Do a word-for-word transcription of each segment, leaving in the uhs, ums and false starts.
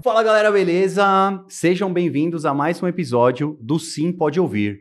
Fala galera, beleza? Sejam bem-vindos a mais um episódio do Sim Pode Ouvir,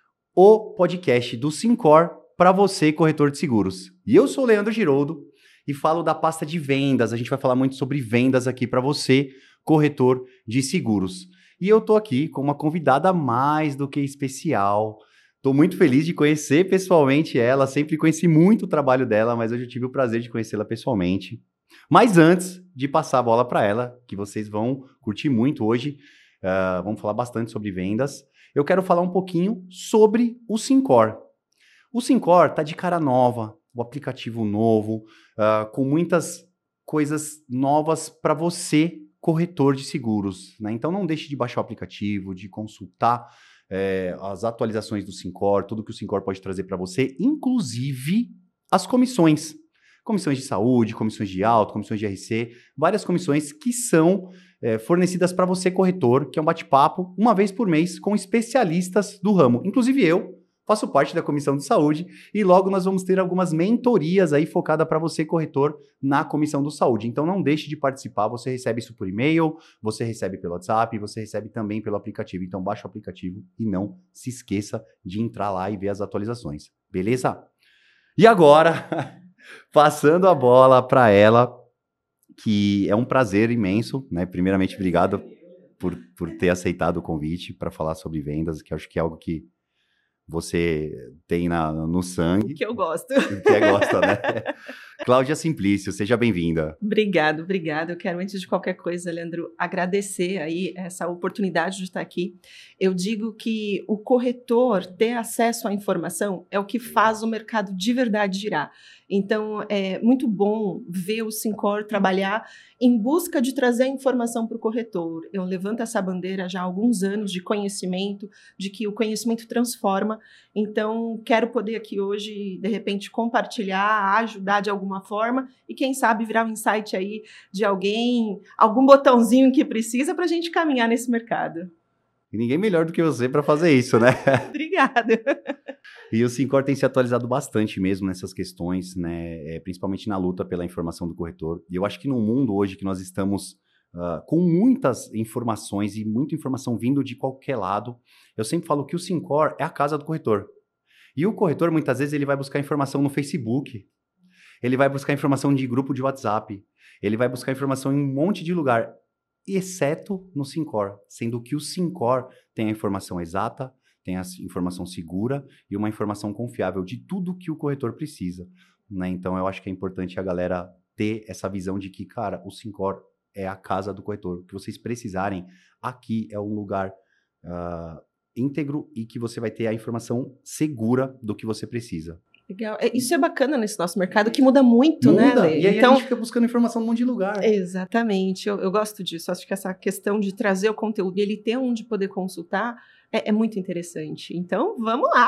o podcast do Syncor para você, corretor de seguros. E eu sou o Leandro Giroldo e falo da pasta de vendas. A gente vai falar muito sobre vendas aqui para você, corretor de seguros. E eu tô aqui com uma convidada mais do que especial. Tô muito feliz de conhecer pessoalmente ela, sempre conheci muito o trabalho dela, mas hoje eu tive o prazer de conhecê-la pessoalmente. Mas antes de passar a bola para ela, que vocês vão curtir muito hoje, uh, vamos falar bastante sobre vendas, eu quero falar um pouquinho sobre o Syncor. O Syncor tá de cara nova, o aplicativo novo, uh, com muitas coisas novas para você, corretor de seguros, né? Então não deixe de baixar o aplicativo, de consultar é, as atualizações do Syncor, tudo que o Syncor pode trazer para você, inclusive as comissões. Comissões de saúde, comissões de auto, comissões de R C, várias comissões que são é, fornecidas para você, corretor, que é um bate-papo uma vez por mês com especialistas do ramo. Inclusive eu faço parte da comissão de saúde e logo nós vamos ter algumas mentorias aí focadas para você, corretor, na comissão do saúde. Então não deixe de participar, você recebe isso por e-mail, você recebe pelo WhatsApp, você recebe também pelo aplicativo. Então baixa o aplicativo e não se esqueça de entrar lá e ver as atualizações, beleza? E agora... Passando a bola para ela, que é um prazer imenso, né? Primeiramente, obrigado por, por ter aceitado o convite para falar sobre vendas, que eu acho que é algo que você tem na, no sangue. Que eu gosto. Que é gosta, né? Cláudia Simplício, seja bem-vinda. Obrigado, obrigado. Eu quero, antes de qualquer coisa, Leandro, agradecer aí essa oportunidade de estar aqui. Eu digo que o corretor ter acesso à informação é o que faz o mercado de verdade girar. Então, é muito bom ver o Syncor trabalhar em busca de trazer informação para o corretor. Eu levanto essa bandeira já há alguns anos de conhecimento, de que o conhecimento transforma. Então, quero poder aqui hoje, de repente, compartilhar, ajudar de alguma forma e, quem sabe, virar um insight aí de alguém, algum botãozinho que precisa para a gente caminhar nesse mercado. E ninguém melhor do que você para fazer isso, né? Obrigada. E o Syncor tem se atualizado bastante mesmo nessas questões, né? É, principalmente na luta pela informação do corretor. E eu acho que no mundo hoje que nós estamos uh, com muitas informações e muita informação vindo de qualquer lado, eu sempre falo que o Syncor é a casa do corretor. E o corretor, muitas vezes, ele vai buscar informação no Facebook, ele vai buscar informação de grupo de WhatsApp, ele vai buscar informação em um monte de lugar, exceto no Syncor, sendo que o Syncor tem a informação exata, tem a informação segura e uma informação confiável de tudo que o corretor precisa, né? Então, eu acho que é importante a galera ter essa visão de que, cara, o Syncor é a casa do corretor. O que vocês precisarem, aqui é um lugar uh, íntegro e que você vai ter a informação segura do que você precisa. Legal. Isso é bacana nesse nosso mercado, que muda muito, muda, né, Lê? E aí então, a gente fica buscando informação num monte de lugar. Exatamente. Eu, eu gosto disso. Acho que essa questão de trazer o conteúdo e ele ter onde poder consultar é, é muito interessante. Então, vamos lá!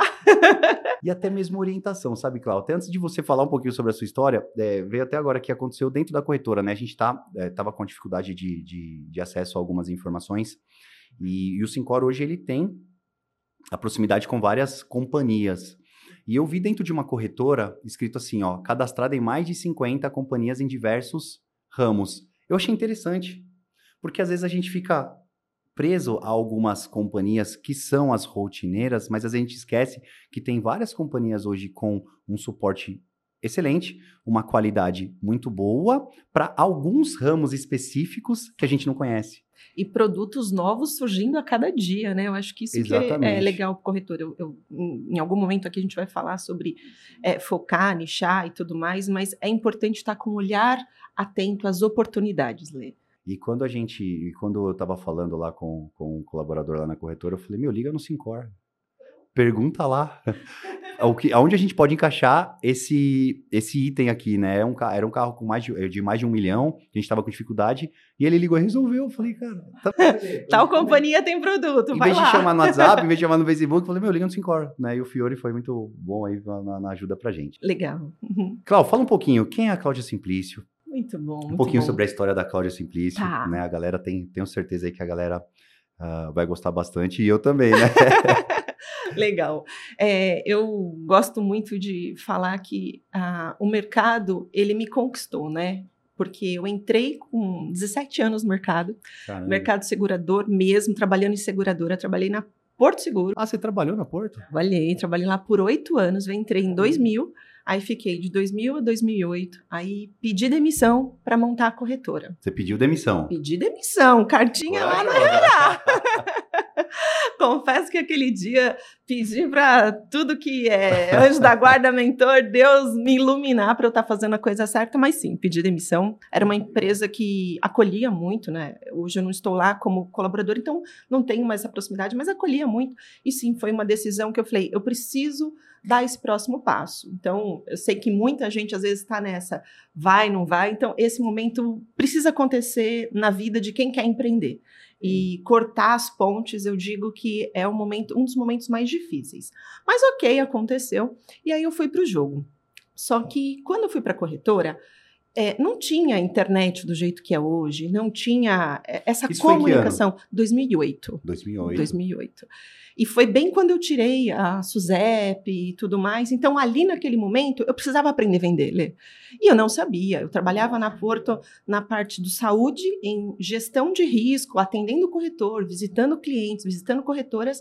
E até mesmo orientação, sabe, Cláudia? Até antes de você falar um pouquinho sobre a sua história, é, veio até agora que aconteceu dentro da corretora, né? A gente tá, é, tava com dificuldade de, de, de acesso a algumas informações e, e o Syncor hoje ele tem a proximidade com várias companhias. E eu vi dentro de uma corretora escrito assim, ó, cadastrada em mais de cinquenta companhias em diversos ramos. Eu achei interessante, porque às vezes a gente fica preso a algumas companhias que são as rotineiras, mas a gente esquece que tem várias companhias hoje com um suporte excelente, uma qualidade muito boa para alguns ramos específicos que a gente não conhece. E produtos novos surgindo a cada dia, né? Eu acho que isso que é legal para o corretor. Eu, eu, em algum momento aqui a gente vai falar sobre é, focar, nichar e tudo mais, mas é importante estar com um olhar atento às oportunidades, Lê. E quando a gente, quando eu estava falando lá com, com um colaborador lá na corretora, eu falei, meu, liga no Syncor. Pergunta lá o que, aonde a gente pode encaixar esse, esse item aqui, né? É um, era um carro com mais de, de mais de um milhão, a gente estava com dificuldade, e ele ligou e resolveu. Eu falei, cara... Tá, tal companhia tem produto, em vai vez lá. de chamar no WhatsApp, em vez de chamar no Facebook, eu falei, meu, liga no Syncor, né? E o Fiore foi muito bom aí na, na ajuda pra gente. Legal. Uhum. Cláudia, fala um pouquinho, quem é a Cláudia Simplício? Muito bom, muito Um pouquinho bom. sobre a história da Cláudia Simplício, tá. né? A galera tem, tenho certeza aí que a galera uh, vai gostar bastante, e eu também, né? Legal. É, eu gosto muito de falar que ah, o mercado, ele me conquistou, né? porque eu entrei com dezessete anos no mercado, Caramba. mercado segurador mesmo, trabalhando em seguradora, trabalhei na Porto Seguro. Ah, você trabalhou na Porto? Trabalhei, trabalhei lá por oito anos, eu entrei em dois mil, aí fiquei de dois mil a dois mil e oito, aí pedi demissão para montar a corretora. Você pediu demissão? Pedi demissão, cartinha lá no R H. Confesso que aquele dia pedi para tudo que é anjo da guarda, mentor, Deus me iluminar para eu estar fazendo a coisa certa, mas sim, pedi demissão. Era uma empresa que acolhia muito, né? Hoje eu não estou lá como colaborador, então não tenho mais essa proximidade, mas acolhia muito. E sim, foi uma decisão que eu falei, eu preciso dar esse próximo passo. Então, eu sei que muita gente às vezes está nessa, vai, não vai. Então, esse momento precisa acontecer na vida de quem quer empreender. E cortar as pontes, eu digo que é um, momento, um dos momentos mais difíceis. Mas ok, aconteceu. E aí eu fui para o jogo. Só que quando eu fui para a corretora, é, não tinha internet do jeito que é hoje, não tinha é, essa Isso foi em que comunicação. dois mil e oito. dois mil e oito. dois mil e oito. E foi bem quando eu tirei a SUSEP e tudo mais. Então, ali naquele momento, eu precisava aprender a vender, Lê. E eu não sabia. Eu trabalhava na Porto, na parte do saúde, em gestão de risco, atendendo o corretor, visitando clientes, visitando corretoras,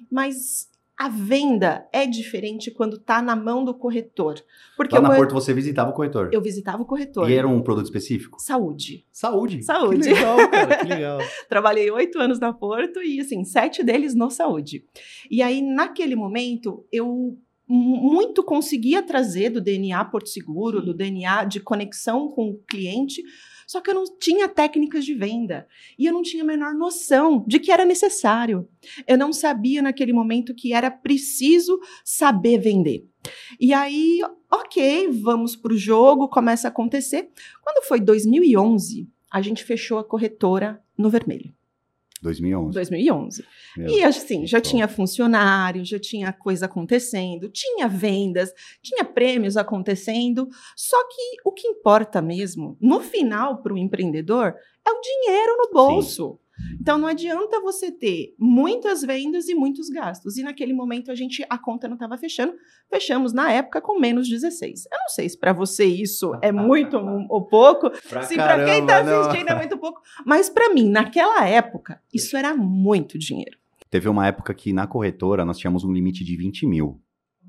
mas a venda é diferente quando está na mão do corretor. Porque Lá na eu, Porto você visitava o corretor? Eu visitava o corretor. E era um produto específico? Saúde. Saúde? Saúde. Que legal, cara, que legal. Trabalhei oito anos na Porto e, assim, sete deles no saúde. E aí, naquele momento, eu muito conseguia trazer do D N A Porto Seguro, do D N A de conexão com o cliente, só que eu não tinha técnicas de venda e eu não tinha a menor noção de que era necessário. Eu não sabia naquele momento que era preciso saber vender. E aí, ok, vamos para o jogo, começa a acontecer. Quando foi dois mil e onze, a gente fechou a corretora no vermelho. dois mil e onze. dois mil e onze. Meu, e assim, já bom. tinha funcionário, já tinha coisa acontecendo, tinha vendas, tinha prêmios acontecendo, só que o que importa mesmo, no final, para o empreendedor, é o dinheiro no bolso. Sim. Então, não adianta você ter muitas vendas e muitos gastos. E naquele momento, a gente, a conta não estava fechando. Fechamos, na época, com menos dezesseis. Eu não sei se para você isso é muito ou pouco. Pra se para quem está assistindo não. é muito pouco. Mas para mim, naquela época, isso era muito dinheiro. Teve uma época que na corretora nós tínhamos um limite de vinte mil.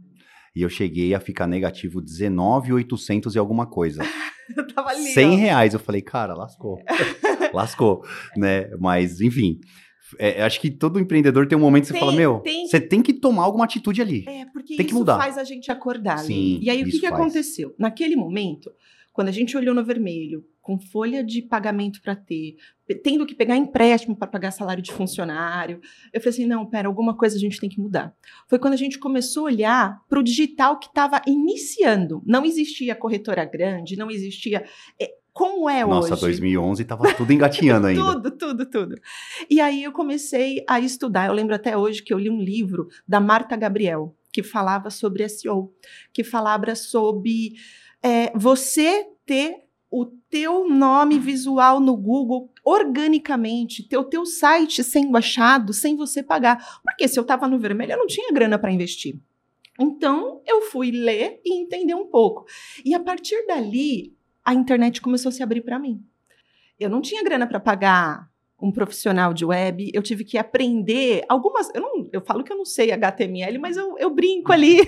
E eu cheguei a ficar negativo dezenove mil e oitocentos e alguma coisa. Eu tava ali, cem ó. reais. Eu falei, cara, lascou. Lascou, né? Mas, enfim, é, acho que todo empreendedor tem um momento que tem, você fala, meu, tem... você tem que tomar alguma atitude ali. É, porque tem que isso mudar. faz a gente acordar. Sim, e aí, o que, que faz. aconteceu? Naquele momento, quando a gente olhou no vermelho, com folha de pagamento para ter, tendo que pegar empréstimo para pagar salário de funcionário, eu falei assim, não, pera, alguma coisa a gente tem que mudar. Foi quando a gente começou a olhar para o digital que estava iniciando. Não existia corretora grande, não existia... É, como é Nossa, hoje. dois mil e onze tava tudo engatinhando ainda. Tudo, tudo, tudo. E aí eu comecei a estudar. Eu lembro até hoje que eu li um livro da Marta Gabriel, que falava sobre S E O, que falava sobre é, você ter o teu nome visual no Google organicamente, ter o teu site sendo achado sem você pagar. Porque se eu estava no vermelho, eu não tinha grana para investir. Então, eu fui ler e entender um pouco. E a partir dali, a internet começou a se abrir para mim. Eu não tinha grana para pagar um profissional de web, eu tive que aprender algumas... Eu, não, eu falo que eu não sei H T M L, mas eu, eu brinco ali.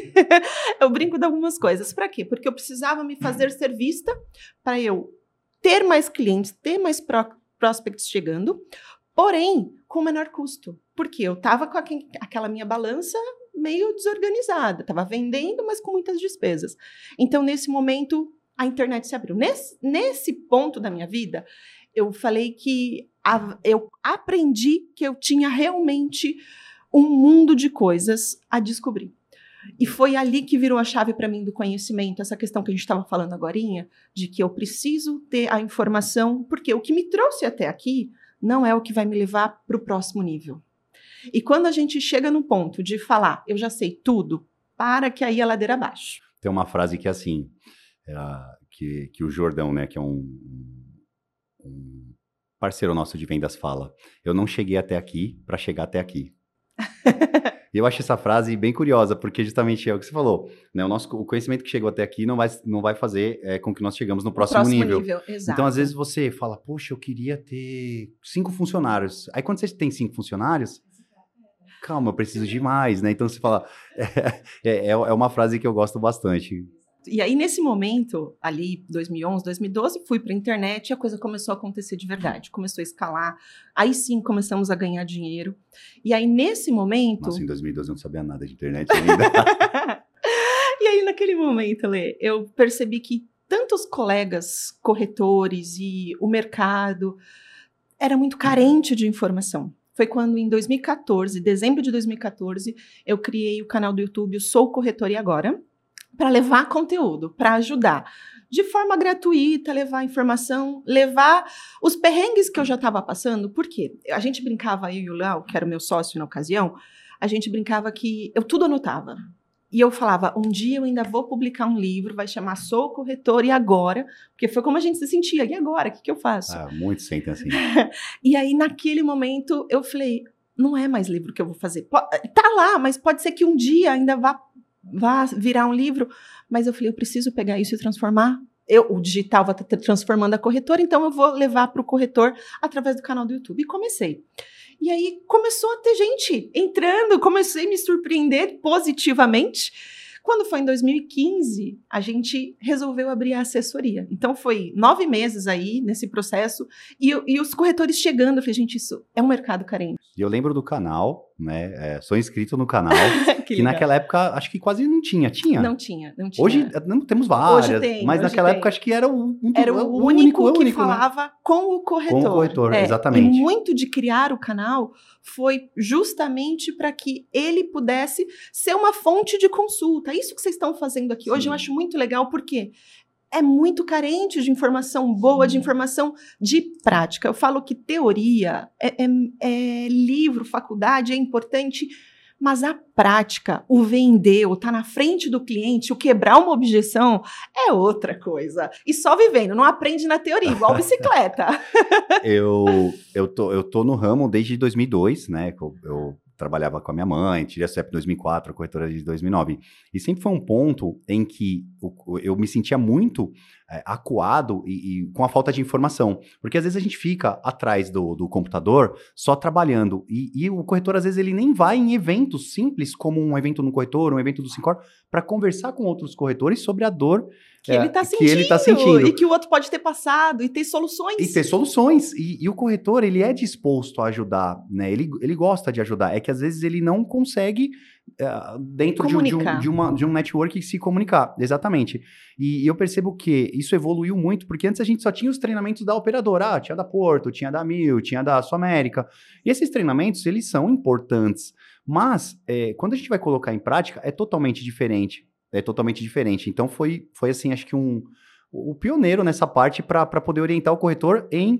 Eu brinco de algumas coisas. Para quê? Porque eu precisava me fazer ser vista para eu ter mais clientes, ter mais pro, prospects chegando, porém, com menor custo. Porque eu estava com aqu- aquela minha balança meio desorganizada. Estava vendendo, mas com muitas despesas. Então, nesse momento... a internet se abriu. Nesse, nesse ponto da minha vida, eu falei que a, eu aprendi que eu tinha realmente um mundo de coisas a descobrir. E foi ali que virou a chave para mim do conhecimento, essa questão que a gente estava falando agorinha, de que eu preciso ter a informação, porque o que me trouxe até aqui não é o que vai me levar para o próximo nível. E quando a gente chega no ponto de falar, eu já sei tudo, para que aí a ladeira abaixo. Tem uma frase que é assim... Uh, que, que o Jordão, né, que é um, um parceiro nosso de vendas, fala: eu não cheguei até aqui para chegar até aqui. E eu acho essa frase bem curiosa, porque justamente é o que você falou, né? O nosso o conhecimento que chegou até aqui não vai, não vai fazer é, com que nós chegamos no próximo, próximo nível. nível. Exato. Então, às vezes, você fala, poxa, eu queria ter cinco funcionários. Aí, quando você tem cinco funcionários, calma, eu preciso de mais, né? Então, você fala... É, é, é uma frase que eu gosto bastante. E aí, nesse momento, ali, dois mil e onze, dois mil e doze, fui para a internet e a coisa começou a acontecer de verdade. Começou a escalar. Aí sim, começamos a ganhar dinheiro. E aí, nesse momento... Nossa, em dois mil e doze eu não sabia nada de internet ainda. E aí, naquele momento, Lê, eu percebi que tantos colegas corretores e o mercado era muito carente de informação. Foi quando, em dois mil e quatorze, dezembro de dois mil e quatorze, eu criei o canal do YouTube Sou Corretor e Agora, para levar conteúdo, para ajudar. De forma gratuita, levar informação, levar os perrengues que eu já estava passando. Por quê? A gente brincava, eu e o Léo, que era o meu sócio na ocasião, a gente brincava que eu tudo anotava. E eu falava, um dia eu ainda vou publicar um livro, vai chamar Sou Corretor e Agora, porque foi como a gente se sentia. E agora? O que, que eu faço? Ah, muitos sentem assim. E aí, naquele momento, eu falei, não é mais livro que eu vou fazer. Tá lá, mas pode ser que um dia ainda vá, vá virar um livro. Mas eu falei, eu preciso pegar isso e transformar. Eu, o digital vai estar transformando a corretora, então eu vou levar para o corretor através do canal do YouTube. E comecei. E aí começou a ter gente entrando, comecei a me surpreender positivamente. Quando foi em dois mil e quinze, a gente resolveu abrir a assessoria. Então, foi nove meses aí nesse processo e, e os corretores chegando. Eu falei, gente, isso é um mercado carente. E eu lembro do canal, né? É, sou inscrito no canal, que, que naquela época acho que quase não tinha. Tinha? Não tinha, não tinha. Hoje não, temos várias, hoje tem, mas hoje naquela tem. época acho que era o, um, era o, o único, único que único, falava né? com o corretor. Com o corretor, é, exatamente. E muito de criar o canal foi justamente para que ele pudesse ser uma fonte de consulta. Isso que vocês estão fazendo aqui hoje, sim, eu acho muito legal, porque é muito carente de informação boa, sim, de informação de prática. Eu falo que teoria, é, é, é livro, faculdade, é importante, mas a prática, o vender, o estar na frente do cliente, o quebrar uma objeção, é outra coisa. E só vivendo, não aprende na teoria, igual bicicleta. eu, eu, tô, eu tô no ramo desde dois mil e dois, né? Eu, eu trabalhava com a minha mãe, tirei a C E P em dois mil e quatro, a corretora de dois mil e nove. E sempre foi um ponto em que eu, eu me sentia muito é, acuado e, e com a falta de informação. Porque às vezes a gente fica atrás do, do computador só trabalhando. E, e o corretor, às vezes, ele nem vai em eventos simples, como um evento no corretor, um evento do Syncor, para conversar com outros corretores sobre a dor que, é, ele tá que ele está sentindo. E que o outro pode ter passado, e ter soluções. E ter soluções. E, e o corretor, ele é disposto a ajudar, né? Ele, ele gosta de ajudar. É que, às vezes, ele não consegue, uh, dentro de, de, um, de, uma, de um network, se comunicar. Exatamente. E, e eu percebo que isso evoluiu muito, porque antes a gente só tinha os treinamentos da operadora. Ah, tinha da Porto, tinha da Mil, tinha da Sul América. E esses treinamentos, eles são importantes. Mas, é, quando a gente vai colocar em prática, é totalmente diferente. É totalmente diferente. Então, foi, foi assim, acho que um... o pioneiro nessa parte para poder orientar o corretor em,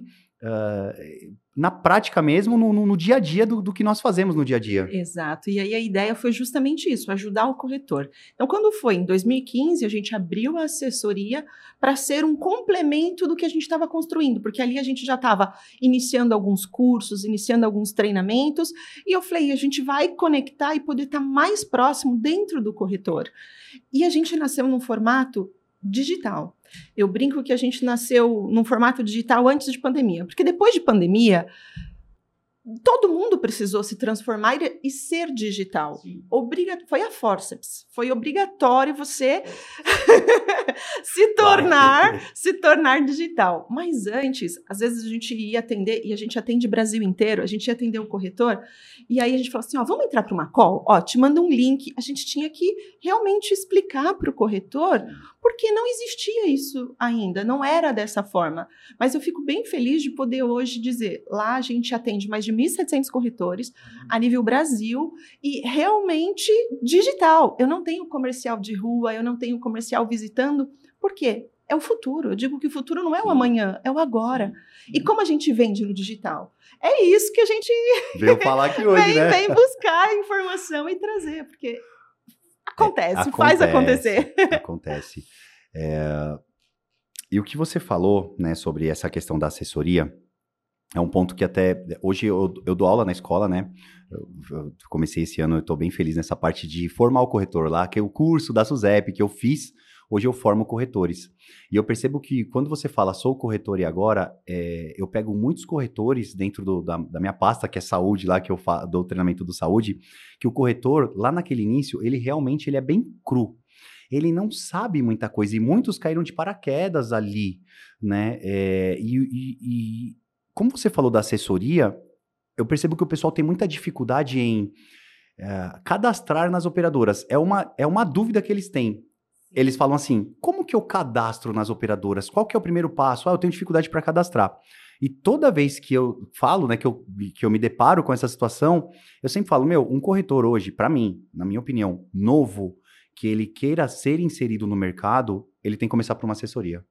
uh, na prática mesmo, no, no, no dia a dia do, do que nós fazemos no dia a dia. Exato, e aí a ideia foi justamente isso, ajudar o corretor. Então, quando foi em dois mil e quinze, a gente abriu a assessoria para ser um complemento do que a gente estava construindo, porque ali a gente já estava iniciando alguns cursos, iniciando alguns treinamentos, e eu falei, a gente vai conectar e poder estar mais próximo dentro do corretor. E a gente nasceu num formato digital. Eu brinco que a gente nasceu num formato digital antes de pandemia, porque depois de pandemia, todo mundo precisou se transformar e, e ser digital. Obriga- foi a forceps. Foi obrigatório você se tornar se tornar digital. Mas antes, às vezes a gente ia atender, e a gente atende o Brasil inteiro, a gente ia atender o corretor, e aí a gente falou assim, ó, vamos entrar para uma call? Ó, te manda um link. A gente tinha que realmente explicar para o corretor, porque não existia isso ainda, não era dessa forma. Mas eu fico bem feliz de poder hoje dizer, lá a gente atende mais de mil e setecentos corretores a nível Brasil e realmente digital. Eu não tenho comercial de rua, eu não tenho comercial visitando. Por quê? É o futuro. Eu digo que o futuro não é o amanhã, é o agora. E como a gente vende no digital? É isso que a gente veio falar aqui hoje, vem, né? vem buscar informação e trazer, porque acontece, é, acontece faz acontecer. Acontece. É... E o que você falou, né, sobre essa questão da assessoria, é um ponto que até... Hoje eu, eu dou aula na escola, né? Eu, eu comecei esse ano, eu estou bem feliz nessa parte de formar o corretor lá, que é o curso da SUSEP que eu fiz. Hoje eu formo corretores. E eu percebo que quando você fala sou corretor e agora, é, eu pego muitos corretores dentro do, da, da minha pasta, que é saúde, lá que eu fa- dou treinamento do saúde, que o corretor, lá naquele início, ele realmente ele é bem cru. Ele não sabe muita coisa. E muitos caíram de paraquedas ali, né? É, e, e, e como você falou da assessoria, eu percebo que o pessoal tem muita dificuldade em é, cadastrar nas operadoras. É uma, é uma dúvida que eles têm. Eles falam assim, como que eu cadastro nas operadoras? Qual que é o primeiro passo? Ah, eu tenho dificuldade para cadastrar. E toda vez que eu falo, né, que eu, que eu me deparo com essa situação, eu sempre falo, meu, um corretor hoje, para mim, na minha opinião, novo, que ele queira ser inserido no mercado, ele tem que começar por uma assessoria.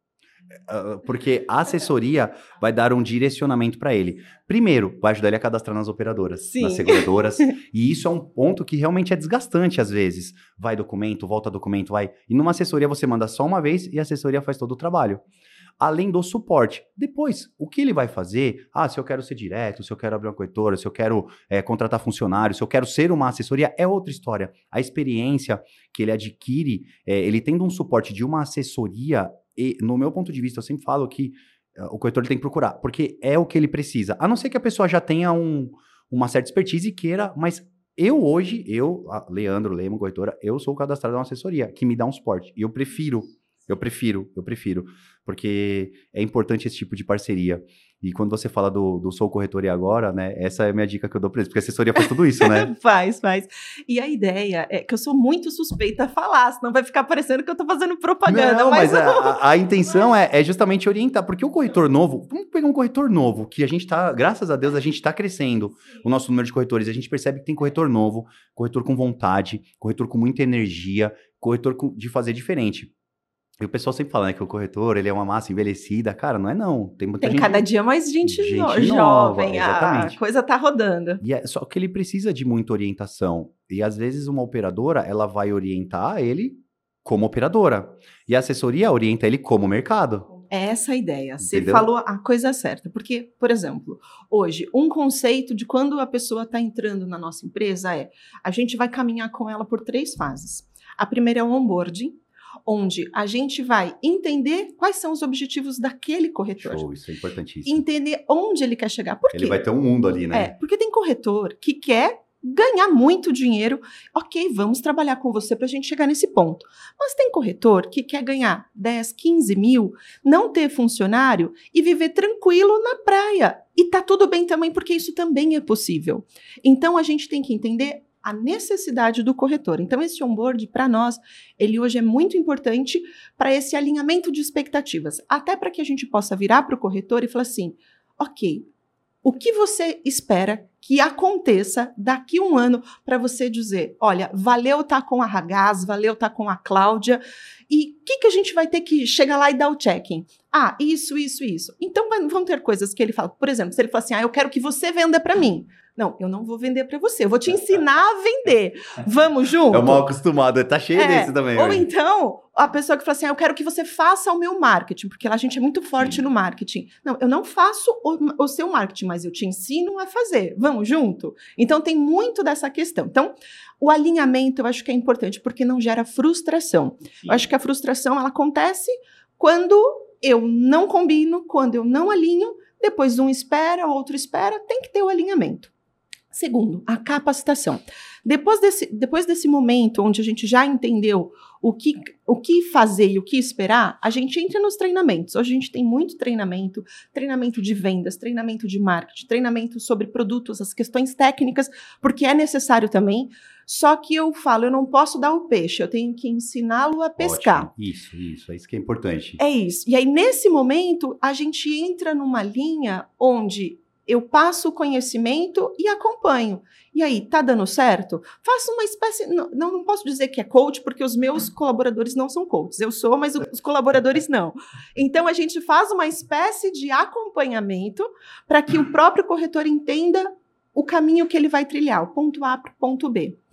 Uh, porque a assessoria vai dar um direcionamento para ele. Primeiro, vai ajudar ele a cadastrar nas operadoras, Sim. nas seguradoras. E isso é um ponto que realmente é desgastante às vezes. Vai documento, volta documento, vai. E numa assessoria você manda só uma vez e a assessoria faz todo o trabalho. Além do suporte. Depois, o que ele vai fazer? Ah, se eu quero ser direto, se eu quero abrir uma corretora, se eu quero é, contratar funcionário, se eu quero ser uma assessoria, é outra história. A experiência que ele adquire, é, ele tendo um suporte de uma assessoria. E, no meu ponto de vista, eu sempre falo que uh, o corretor ele tem que procurar, porque é o que ele precisa. A não ser que a pessoa já tenha um, uma certa expertise e queira, mas eu hoje, eu, Leandro Lema, corretora, eu sou cadastrado em uma assessoria que me dá um suporte. E eu prefiro, eu prefiro, eu prefiro, porque é importante esse tipo de parceria. E quando você fala do, do Sou Corretor e Agora, né, essa é a minha dica que eu dou para eles, porque a assessoria faz tudo isso, né? Faz, faz. E a ideia é que eu sou muito suspeita a falar, senão vai ficar parecendo que eu tô fazendo propaganda. Não, mas mas a, a, a intenção é, é justamente orientar, porque o corretor novo, vamos pegar um corretor novo, que a gente tá, graças a Deus, a gente tá crescendo o nosso número de corretores, a gente percebe que tem corretor novo, corretor com vontade, corretor com muita energia, corretor com, de fazer diferente. E o pessoal sempre fala, né, que o corretor, ele é uma massa envelhecida. Cara, não é não. Tem muita Tem gente... cada dia mais gente, gente no, nova, jovem, exatamente. A coisa tá rodando. E é, só que ele precisa de muita orientação. E às vezes uma operadora, ela vai orientar ele como operadora. E a assessoria orienta ele como mercado. É essa a ideia. Você Entendeu? falou a coisa certa. Porque, por exemplo, hoje, um conceito de quando a pessoa está entrando na nossa empresa é a gente vai caminhar com ela por três fases. A primeira é o onboarding, onde a gente vai entender quais são os objetivos daquele corretor. Show, isso é importantíssimo. Entender onde ele quer chegar. Por quê? Ele vai ter um mundo ali, né? É, porque tem corretor que quer ganhar muito dinheiro. Ok, vamos trabalhar com você para a gente chegar nesse ponto. Mas tem corretor que quer ganhar dez, quinze mil, não ter funcionário e viver tranquilo na praia. E tá tudo bem também, porque isso também é possível. Então, a gente tem que entender a necessidade do corretor. Então, esse onboard, para nós, ele hoje é muito importante para esse alinhamento de expectativas. Até para que a gente possa virar para o corretor e falar assim, ok, o que você espera que aconteça daqui a um ano para você dizer, olha, valeu estar com a Ragaz, valeu estar com a Cláudia, e o que, que a gente vai ter que chegar lá e dar o check-in? Ah, isso, isso, isso. Então, vai, vão ter coisas que ele fala, por exemplo, se ele fala assim, ah, eu quero que você venda para mim. Não, eu não vou vender para você, eu vou te ensinar a vender. Vamos junto? É o mal acostumado, tá cheio É, desse também. Ou hoje. então, a pessoa que fala assim, ah, eu quero que você faça o meu marketing, porque lá a gente é muito forte Sim. no marketing. Não, eu não faço o, o seu marketing, mas eu te ensino a fazer. Vamos junto? Então, tem muito dessa questão. Então, o alinhamento eu acho que é importante, porque não gera frustração. Sim. Eu acho que a frustração, ela acontece quando eu não combino, quando eu não alinho, depois um espera, outro espera, tem que ter o alinhamento. Segundo, a capacitação. Depois desse, depois desse momento onde a gente já entendeu o que, o que fazer e o que esperar, a gente entra nos treinamentos. Hoje a gente tem muito treinamento, treinamento de vendas, treinamento de marketing, treinamento sobre produtos, as questões técnicas, porque é necessário também. Só que eu falo, eu não posso dar o peixe, eu tenho que ensiná-lo a pescar. Ótimo. Isso, isso, é isso que é importante. É isso. E aí, nesse momento, a gente entra numa linha onde eu passo o conhecimento e acompanho. E aí, tá dando certo? Faço uma espécie... Não, não posso dizer que é coach, porque os meus colaboradores não são coaches. Eu sou, mas os colaboradores não. Então, a gente faz uma espécie de acompanhamento para que o próprio corretor entenda o caminho que ele vai trilhar, o ponto A para o ponto B.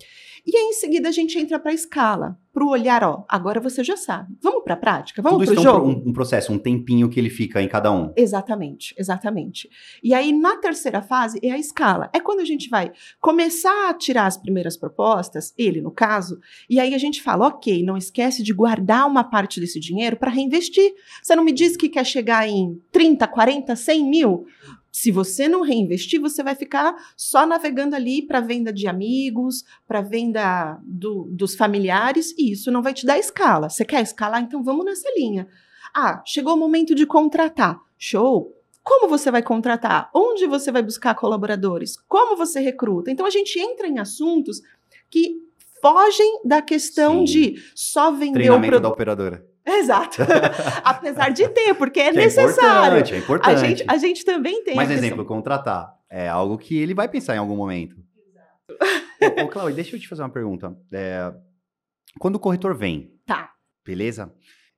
E aí, em seguida, a gente entra para a escala, para o olhar, ó, agora você já sabe. Vamos para a prática? Vamos para o jogo? Tudo isso é um, um processo, um tempinho que ele fica em cada um. Exatamente, exatamente. E aí, na terceira fase, é a escala. É quando a gente vai começar a tirar as primeiras propostas, ele no caso, e aí a gente fala, ok, não esquece de guardar uma parte desse dinheiro para reinvestir. Você não me diz que quer chegar em trinta, quarenta, cem mil? Se você não reinvestir, você vai ficar só navegando ali para venda de amigos, para venda do, dos familiares, e isso não vai te dar escala. Você quer escalar? Então vamos nessa linha. Ah, chegou o momento de contratar. Show! Como você vai contratar? Onde você vai buscar colaboradores? Como você recruta? Então a gente entra em assuntos que fogem da questão Sim. de só vender Treinamento o produto. da operadora. Exato. Apesar de ter, porque é que necessário. É importante, é importante. A gente, a gente também tem. Mas, exemplo, contratar é algo que ele vai pensar em algum momento. Exato. Ô, ô, Cláudia, deixa eu te fazer uma pergunta. É, quando o corretor vem, tá. beleza?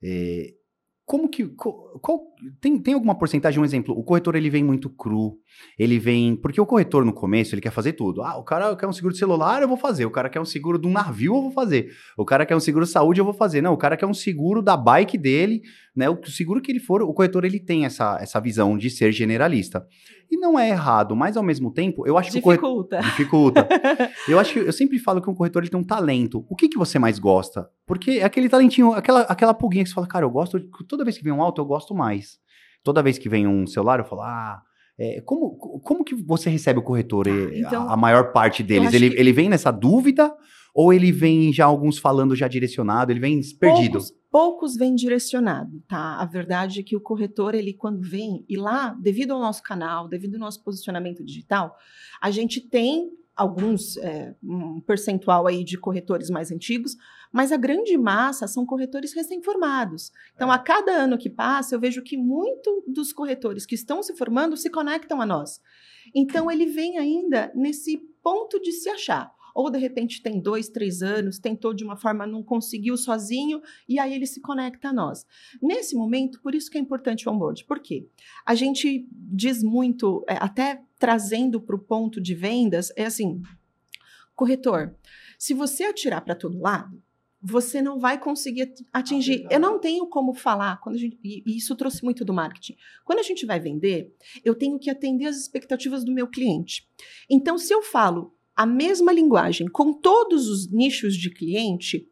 É, como que... Qual, qual, tem, tem alguma porcentagem, um exemplo, o corretor ele vem muito cru, ele vem... Porque o corretor no começo, ele quer fazer tudo. Ah, o cara quer um seguro de celular, eu vou fazer. O cara quer um seguro de um navio, eu vou fazer. O cara quer um seguro de saúde, eu vou fazer. Não, o cara quer um seguro da bike dele, né? O seguro que ele for, o corretor ele tem essa, essa visão de ser generalista. E não é errado, mas ao mesmo tempo, eu acho que dificulta. o corretor... Dificulta. Eu acho que eu sempre falo que um corretor ele tem um talento. O que, que você mais gosta? Porque é aquele talentinho, aquela, aquela pulguinha que você fala, cara, eu gosto... Toda vez que vem um auto, eu gosto mais. Toda vez que vem um celular, eu falo, ah... É, como, como que você recebe o corretor? Ah, então, a, a maior parte deles, ele, que... ele vem nessa dúvida ou ele vem já alguns falando já direcionado, ele vem perdido? Poucos, poucos vêm direcionado, tá? A verdade é que o corretor, ele quando vem, e lá, devido ao nosso canal, devido ao nosso posicionamento digital, a gente tem alguns, é, um percentual aí de corretores mais antigos, mas a grande massa são corretores recém-formados. Então, a cada ano que passa, eu vejo que muito dos corretores que estão se formando se conectam a nós. Então, ele vem ainda nesse ponto de se achar. Ou, de repente, tem dois, três anos, tentou de uma forma, não conseguiu sozinho, e aí ele se conecta a nós. Nesse momento, por isso que é importante o onboard. Por quê? A gente diz muito, é, até trazendo para o ponto de vendas, é assim, corretor, se você atirar para todo lado, você não vai conseguir atingir. Eu não tenho como falar, quando a gente, e isso trouxe muito do marketing. Quando a gente vai vender, eu tenho que atender as expectativas do meu cliente. Então, se eu falo a mesma linguagem com todos os nichos de cliente,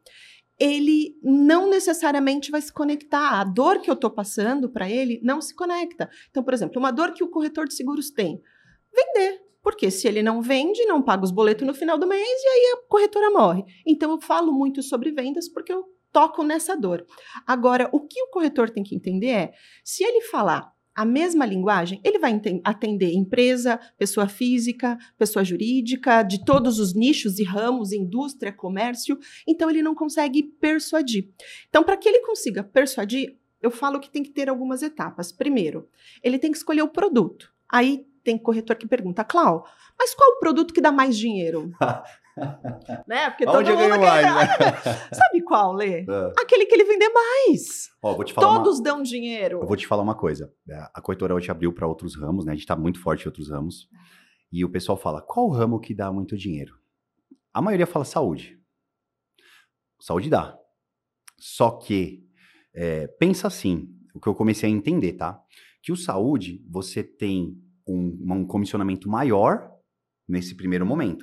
ele não necessariamente vai se conectar. A dor que eu estou passando para ele não se conecta. Então, por exemplo, uma dor que o corretor de seguros tem, vender. Porque se ele não vende, não paga os boletos no final do mês e aí a corretora morre. Então, eu falo muito sobre vendas porque eu toco nessa dor. Agora, o que o corretor tem que entender é, se ele falar a mesma linguagem, ele vai atender empresa, pessoa física, pessoa jurídica, de todos os nichos e ramos, indústria, comércio, então ele não consegue persuadir. Então, para que ele consiga persuadir, eu falo que tem que ter algumas etapas. Primeiro, ele tem que escolher o produto. Aí tem corretor que pergunta, Clau, mas qual o produto que dá mais dinheiro? Né? Porque todo Onde eu mundo ganho quer... mais, né? Sabe qual, Lê? É. Aquele que ele vender mais. Ó, vou te falar Todos uma... dão dinheiro. Eu vou te falar uma coisa. A corretora hoje abriu para outros ramos, né? A gente está muito forte em outros ramos. E o pessoal fala, qual ramo que dá muito dinheiro? A maioria fala saúde. Saúde dá. Só que, é, pensa assim, o que eu comecei a entender, tá? Que o saúde, você tem um, um comissionamento maior nesse primeiro momento.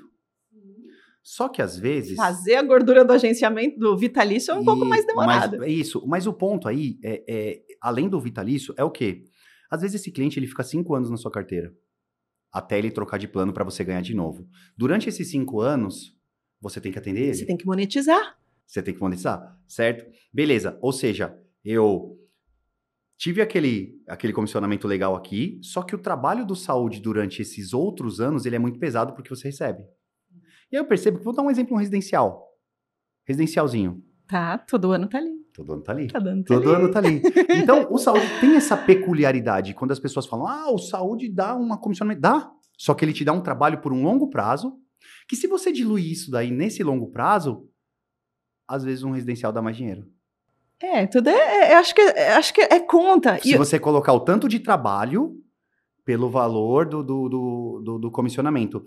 Só que às vezes... Fazer a gordura do agenciamento do vitalício é um e, pouco mais demorado. Mas, é isso, mas o ponto aí, é, é, além do vitalício, é o quê? Às vezes esse cliente ele fica cinco anos na sua carteira, até ele trocar de plano para você ganhar de novo. Durante esses cinco anos, você tem que atender ele. Você tem que monetizar. Você tem que monetizar, certo? Beleza, ou seja, eu tive aquele, aquele comissionamento legal aqui, só que o trabalho do saúde durante esses outros anos, ele é muito pesado porque você recebe. E aí eu percebo que, vou dar um exemplo, um residencial. Residencialzinho. Tá, todo ano tá ali. Todo ano tá ali. Tá dando, tá todo ali. ano tá ali. Então, o saúde tem essa peculiaridade. Quando as pessoas falam, ah, o saúde dá uma comissionamento. Dá, só que ele te dá um trabalho por um longo prazo, que se você diluir isso daí nesse longo prazo, às vezes um residencial dá mais dinheiro. É, tudo é, é acho que, é, acho que é conta. Se e você eu... colocar o tanto de trabalho pelo valor do, do, do, do, do comissionamento.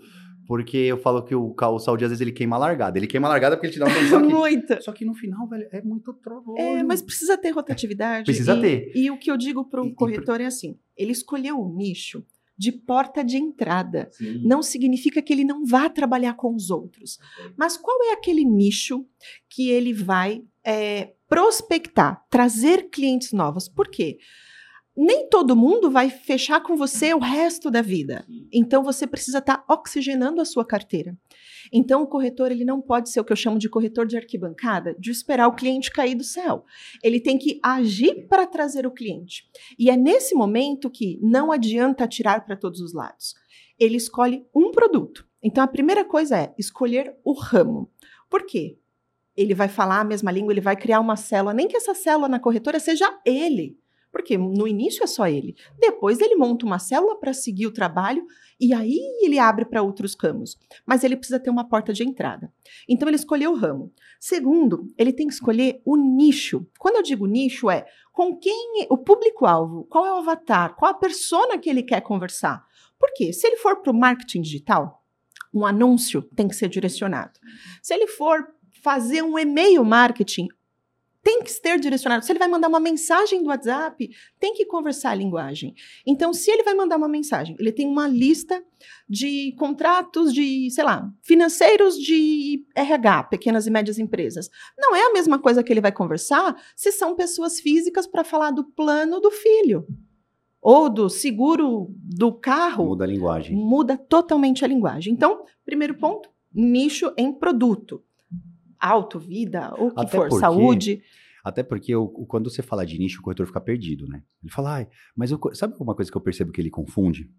Porque eu falo que o, o Saúde, às vezes, ele queima a largada. Ele queima a largada porque ele te dá uma condição aqui. Muito. Só que no final, velho, é muito trabalho. É, mas precisa ter rotatividade. Precisa e, ter. E o que eu digo para o E- e- corretor é assim, ele escolheu o nicho de porta de entrada. Sim. Não significa que ele não vá trabalhar com os outros. Mas qual é aquele nicho que ele vai é, prospectar, trazer clientes novos? Por quê? Nem todo mundo vai fechar com você o resto da vida. Então, você precisa estar oxigenando a sua carteira. Então, o corretor ele não pode ser o que eu chamo de corretor de arquibancada, de esperar o cliente cair do céu. Ele tem que agir para trazer o cliente. E é nesse momento que não adianta atirar para todos os lados. Ele escolhe um produto. Então, a primeira coisa é escolher o ramo. Por quê? Ele vai falar a mesma língua, ele vai criar uma célula, nem que essa célula na corretora seja ele. Porque no início é só ele. Depois ele monta uma célula para seguir o trabalho e aí ele abre para outros ramos. Mas ele precisa ter uma porta de entrada. Então ele escolheu o ramo. Segundo, ele tem que escolher o nicho. Quando eu digo nicho é com quem, o público-alvo, qual é o avatar, qual a persona que ele quer conversar. Por quê? Se ele for para o marketing digital, um anúncio tem que ser direcionado. Se ele for fazer um e-mail marketing, tem que ser direcionado. Se ele vai mandar uma mensagem do WhatsApp, tem que conversar a linguagem. Então, se ele vai mandar uma mensagem, ele tem uma lista de contratos de, sei lá, financeiros de R H, pequenas e médias empresas. Não é a mesma coisa que ele vai conversar se são pessoas físicas para falar do plano do filho. Ou do seguro do carro. Muda a linguagem. Muda totalmente a linguagem. Então, primeiro ponto, nicho em produto. Auto, vida, ou o que Até for, porque- saúde. Até porque o- o- quando você fala de nicho, o corretor fica perdido, né? Ele fala, ai, mas eu co- sabe uma coisa que eu percebo que ele confunde?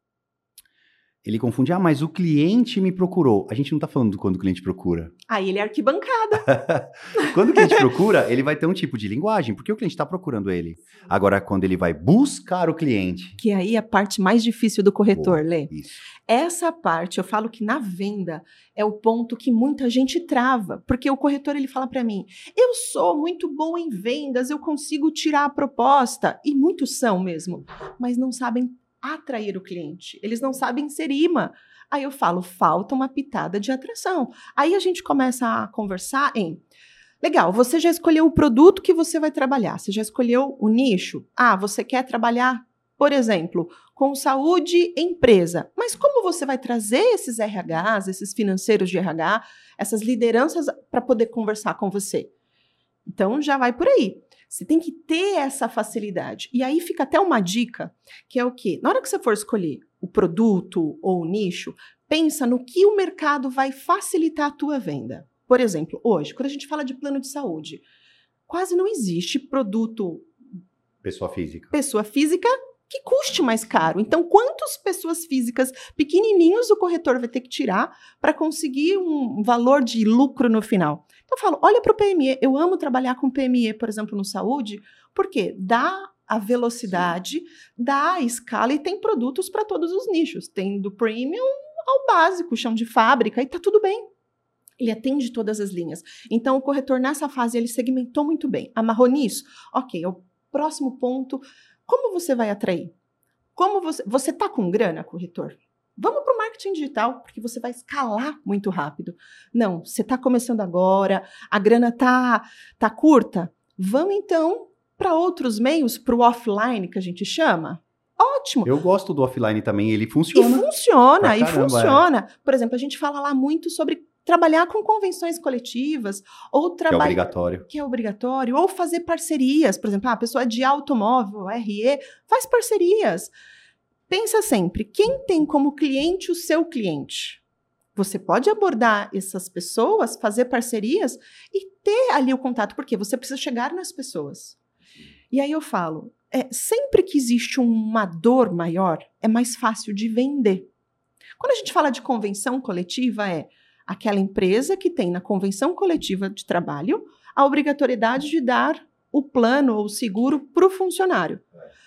Ele confunde, ah, mas o cliente me procurou. A gente não tá falando do quando o cliente procura. Aí ele é arquibancada. Quando o cliente procura, ele vai ter um tipo de linguagem, porque o cliente está procurando ele. Agora, quando ele vai buscar o cliente... Que aí é a parte mais difícil do corretor, Boa, Lê. Isso. Essa parte, eu falo que na venda é o ponto que muita gente trava, porque o corretor ele fala para mim, eu sou muito bom em vendas, eu consigo tirar a proposta, e muitos são mesmo, mas não sabem atrair o cliente, eles não sabem ser imã. Aí eu falo, falta uma pitada de atração. Aí a gente começa a conversar em, legal, você já escolheu o produto que você vai trabalhar, você já escolheu o nicho? Ah, você quer trabalhar, por exemplo, com saúde empresa. Mas como você vai trazer esses R Hs, esses financeiros de R H, essas lideranças para poder conversar com você? Então, já vai por aí. Você tem que ter essa facilidade. E aí fica até uma dica, que é o quê? Na hora que você for escolher o produto ou o nicho, pensa no que o mercado vai facilitar a tua venda. Por exemplo, hoje, quando a gente fala de plano de saúde, quase não existe produto Pessoa física. pessoa física que custe mais caro. Então, quantas pessoas físicas pequenininhos o corretor vai ter que tirar para conseguir um valor de lucro no final? Então, eu falo, olha para o P M E. Eu amo trabalhar com P M E, por exemplo, no saúde, porque dá a velocidade, dá a escala e tem produtos para todos os nichos. Tem do premium ao básico, chão de fábrica, e tá tudo bem. Ele atende todas as linhas. Então, o corretor, nessa fase, ele segmentou muito bem. Amarrou nisso? Ok, é o próximo ponto. Como você vai atrair? Como você... Você está com grana, corretor? Vamos para o marketing digital, porque você vai escalar muito rápido. Não, você está começando agora, a grana está tá curta. Vamos, então, para outros meios, para o offline, que a gente chama? Ótimo. Eu gosto do offline também, ele E funciona. funciona, pra e caramba, funciona. Por exemplo, a gente fala lá muito sobre trabalhar com convenções coletivas, ou Que é trabalhar... obrigatório. que é obrigatório, ou fazer parcerias. Por exemplo, ah, a pessoa é de automóvel, R E, faz parcerias. Pensa sempre, quem tem como cliente o seu cliente? Você pode abordar essas pessoas, fazer parcerias e ter ali o contato, porque você precisa chegar nas pessoas. E aí eu falo, é, sempre que existe uma dor maior, é mais fácil de vender. Quando a gente fala de convenção coletiva, é aquela empresa que tem na convenção coletiva de trabalho a obrigatoriedade de dar o plano ou o seguro para o funcionário.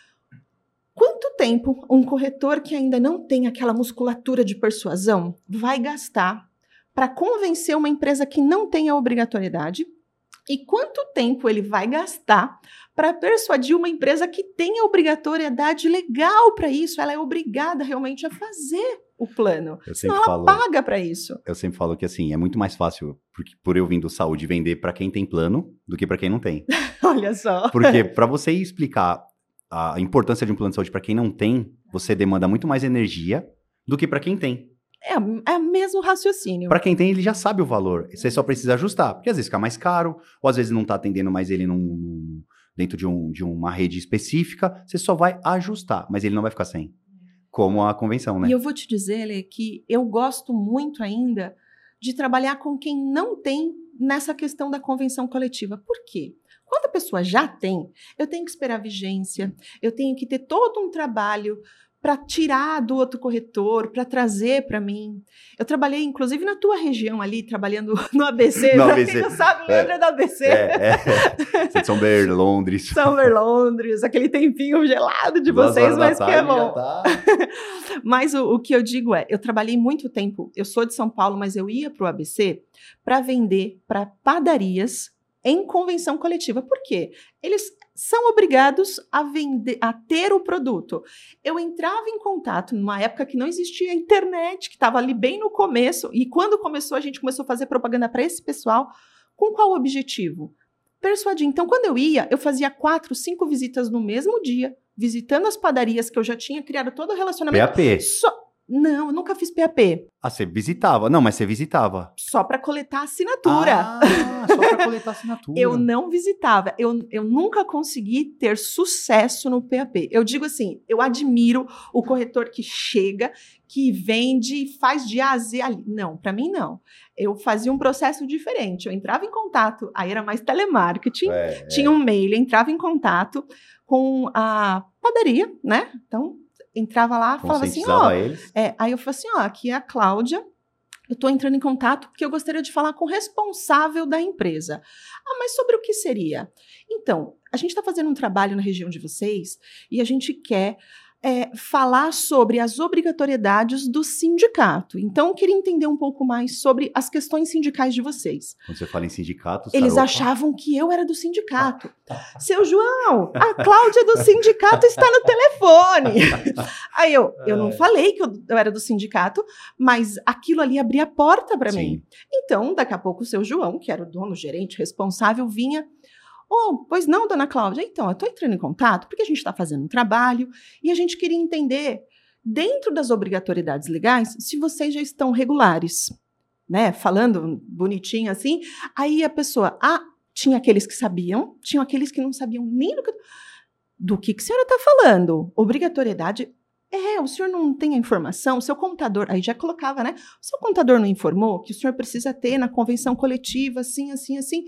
Quanto tempo um corretor que ainda não tem aquela musculatura de persuasão vai gastar para convencer uma empresa que não tem a obrigatoriedade? E quanto tempo ele vai gastar para persuadir uma empresa que tem a obrigatoriedade legal para isso? Ela é obrigada realmente a fazer. o plano. Eu Senão sempre ela falo, paga para isso. eu sempre falo que assim, é muito mais fácil, porque, por eu vindo saúde, vender para quem tem plano do que para quem não tem. Olha só. Porque para você explicar a importância de um plano de saúde para quem não tem, você demanda muito mais energia do que para quem tem. É, é o mesmo raciocínio. Para quem tem, ele já sabe o valor. Você só precisa ajustar, porque às vezes fica mais caro, ou às vezes não está atendendo mais ele num, num, dentro de, um, de uma rede específica. Você só vai ajustar, mas ele não vai ficar sem. Como a convenção, né? E eu vou te dizer, Lê, que eu gosto muito ainda de trabalhar com quem não tem nessa questão da convenção coletiva. Por quê? Quando a pessoa já tem, eu tenho que esperar a vigência, eu tenho que ter todo um trabalho para tirar do outro corretor, para trazer para mim. Eu trabalhei, inclusive, na tua região ali, trabalhando no A B C. No Pra A B C. quem não sabe, lembra É. do A B C? É, é. São Ber, Londres. Summer Londres, aquele tempinho gelado de Duas vocês, horas da mas que é tarde já bom. tá. Mas o, o que eu digo é, eu trabalhei muito tempo, eu sou de São Paulo, mas eu ia para o A B C para vender para padarias em convenção coletiva. Por quê? Eles são obrigados a vender, a ter o produto. Eu entrava em contato numa época que não existia internet, que estava ali bem no começo, e quando começou, a gente começou a fazer propaganda para esse pessoal. Com qual objetivo? Persuadir. Então, quando eu ia, eu fazia quatro, cinco visitas no mesmo dia, visitando as padarias que eu já tinha criado todo o P relacionamento. A P. Só... Não, eu nunca fiz P A P. Ah, você visitava. Não, mas você visitava. Só para coletar assinatura. Ah, só para coletar assinatura. Eu não visitava. Eu, eu nunca consegui ter sucesso no P A P. Eu digo assim, eu admiro o corretor que chega, que vende, faz de A a Z ali. Não, para mim não. Eu fazia um processo diferente. Eu entrava em contato, aí era mais telemarketing, É, tinha é. um mail, entrava em contato com a padaria, né? Então, entrava lá, falava assim, ó... Conscientizava eles. É, aí eu falei assim, ó, aqui é a Cláudia, eu estou entrando em contato porque eu gostaria de falar com o responsável da empresa. Ah, mas sobre o que seria? Então, a gente está fazendo um trabalho na região de vocês e a gente quer é, falar sobre as obrigatoriedades do sindicato. Então, eu queria entender um pouco mais sobre as questões sindicais de vocês. Quando você fala em sindicatos, Eles cara, opa. achavam que eu era do sindicato. Seu João, a Cláudia do sindicato está no telefone. Aí eu, eu não falei que eu, eu era do sindicato, mas aquilo ali abria a porta para mim. Então, daqui a pouco o seu João, que era o dono, gerente, responsável, vinha... Oh, pois não, dona Cláudia? Então, eu estou entrando em contato porque a gente está fazendo um trabalho e a gente queria entender, dentro das obrigatoriedades legais, se vocês já estão regulares, né? Falando bonitinho assim. Aí a pessoa, ah, tinha aqueles que sabiam, tinha aqueles que não sabiam nem do que, do que, que a senhora está falando. Obrigatoriedade... É, o senhor não tem a informação, o seu contador, aí já colocava, né? O seu contador não informou que o senhor precisa ter na convenção coletiva, assim, assim, assim...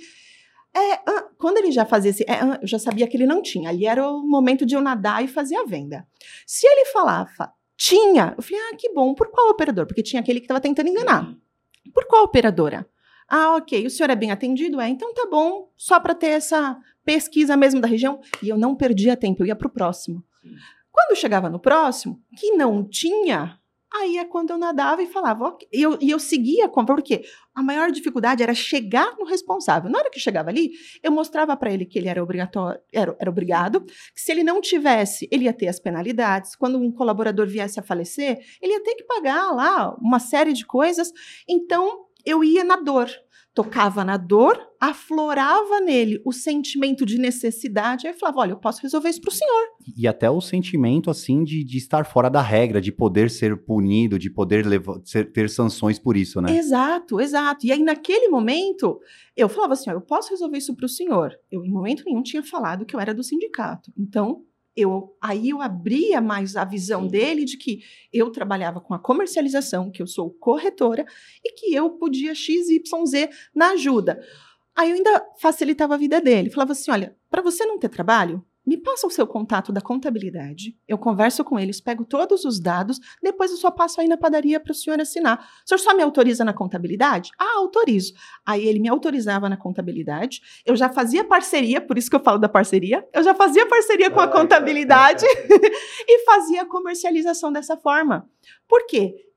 É, ah, quando ele já fazia esse, é, ah, eu já sabia que ele não tinha. Ali era o momento de eu nadar e fazer a venda. Se ele falava, tinha, eu falei, ah, que bom, por qual operador? Porque tinha aquele que estava tentando enganar. Por qual operadora? Ah, ok, o senhor é bem atendido? É, então tá bom, só para ter essa pesquisa mesmo da região. E eu não perdia tempo, eu ia para o próximo. Sim. Quando chegava no próximo, que não tinha... Aí é quando eu nadava e falava, okay. e, eu, e eu seguia, porque a maior dificuldade era chegar no responsável. Na hora que eu chegava ali, eu mostrava para ele que ele era, obrigatório, era, era obrigado, que se ele não tivesse, ele ia ter as penalidades. Quando um colaborador viesse a falecer, ele ia ter que pagar lá uma série de coisas. Então, eu ia na dor. Tocava na dor, aflorava nele o sentimento de necessidade, aí eu falava, olha, eu posso resolver isso para o senhor. E até o sentimento, assim, de, de estar fora da regra, de poder ser punido, de poder levar, ser, ter sanções por isso, né? Exato, exato. E aí, naquele momento, eu falava assim, ó, eu posso resolver isso para o senhor. Eu, em momento nenhum, tinha falado que eu era do sindicato. Então, eu, aí eu abria mais a visão dele de que eu trabalhava com a comercialização, que eu sou corretora e que eu podia X Y Z na ajuda. Aí eu ainda facilitava a vida dele. Falava assim, olha, para você não ter trabalho, me passa o seu contato da contabilidade, eu converso com eles, pego todos os dados, depois eu só passo aí na padaria para o senhor assinar. O senhor só me autoriza na contabilidade? Ah, autorizo. Aí ele me autorizava na contabilidade, eu já fazia parceria, por isso que eu falo da parceria, eu já fazia parceria com a contabilidade e fazia a comercialização dessa forma. Por quê?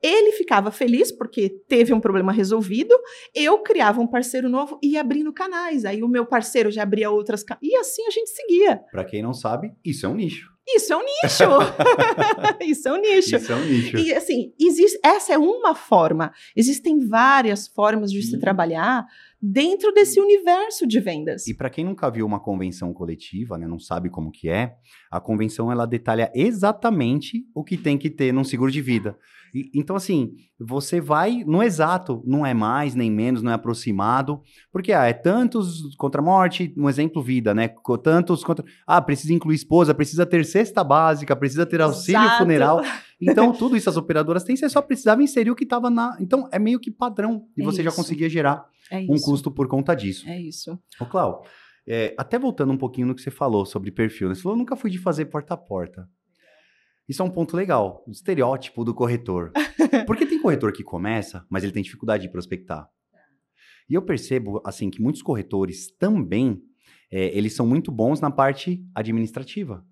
Ele ficava feliz porque teve um problema resolvido, eu criava um parceiro novo e ia abrindo canais. Aí o meu parceiro já abria outras canais. E assim a gente seguia. Para quem não sabe, isso é um nicho. Isso é um nicho. Isso é um nicho. Isso é um nicho. E assim, existe, essa é uma forma. Existem várias formas de se Sim. trabalhar dentro desse universo de vendas. E para quem nunca viu uma convenção coletiva, né, não sabe como que é, a convenção ela detalha exatamente o que tem que ter num seguro de vida. E, então, assim, você vai no exato, não é mais nem menos, não é aproximado, porque ah, é tantos contra a morte, um exemplo vida, né? Tantos contra... Ah, precisa incluir esposa, precisa ter cesta básica, precisa ter auxílio Exato. Funeral. Então, tudo isso as operadoras têm, você só precisava inserir o que estava na... Então, é meio que padrão, e É você já isso. conseguia gerar É um isso. custo por conta disso. É isso. Ô, Clau, é, até voltando um pouquinho no que você falou sobre perfil, né? Você falou, eu nunca fui de fazer porta a porta. Isso é um ponto legal, o estereótipo do corretor. Porque tem corretor que começa, mas ele tem dificuldade de prospectar. E eu percebo, assim, que muitos corretores também, é, eles são muito bons na parte administrativa.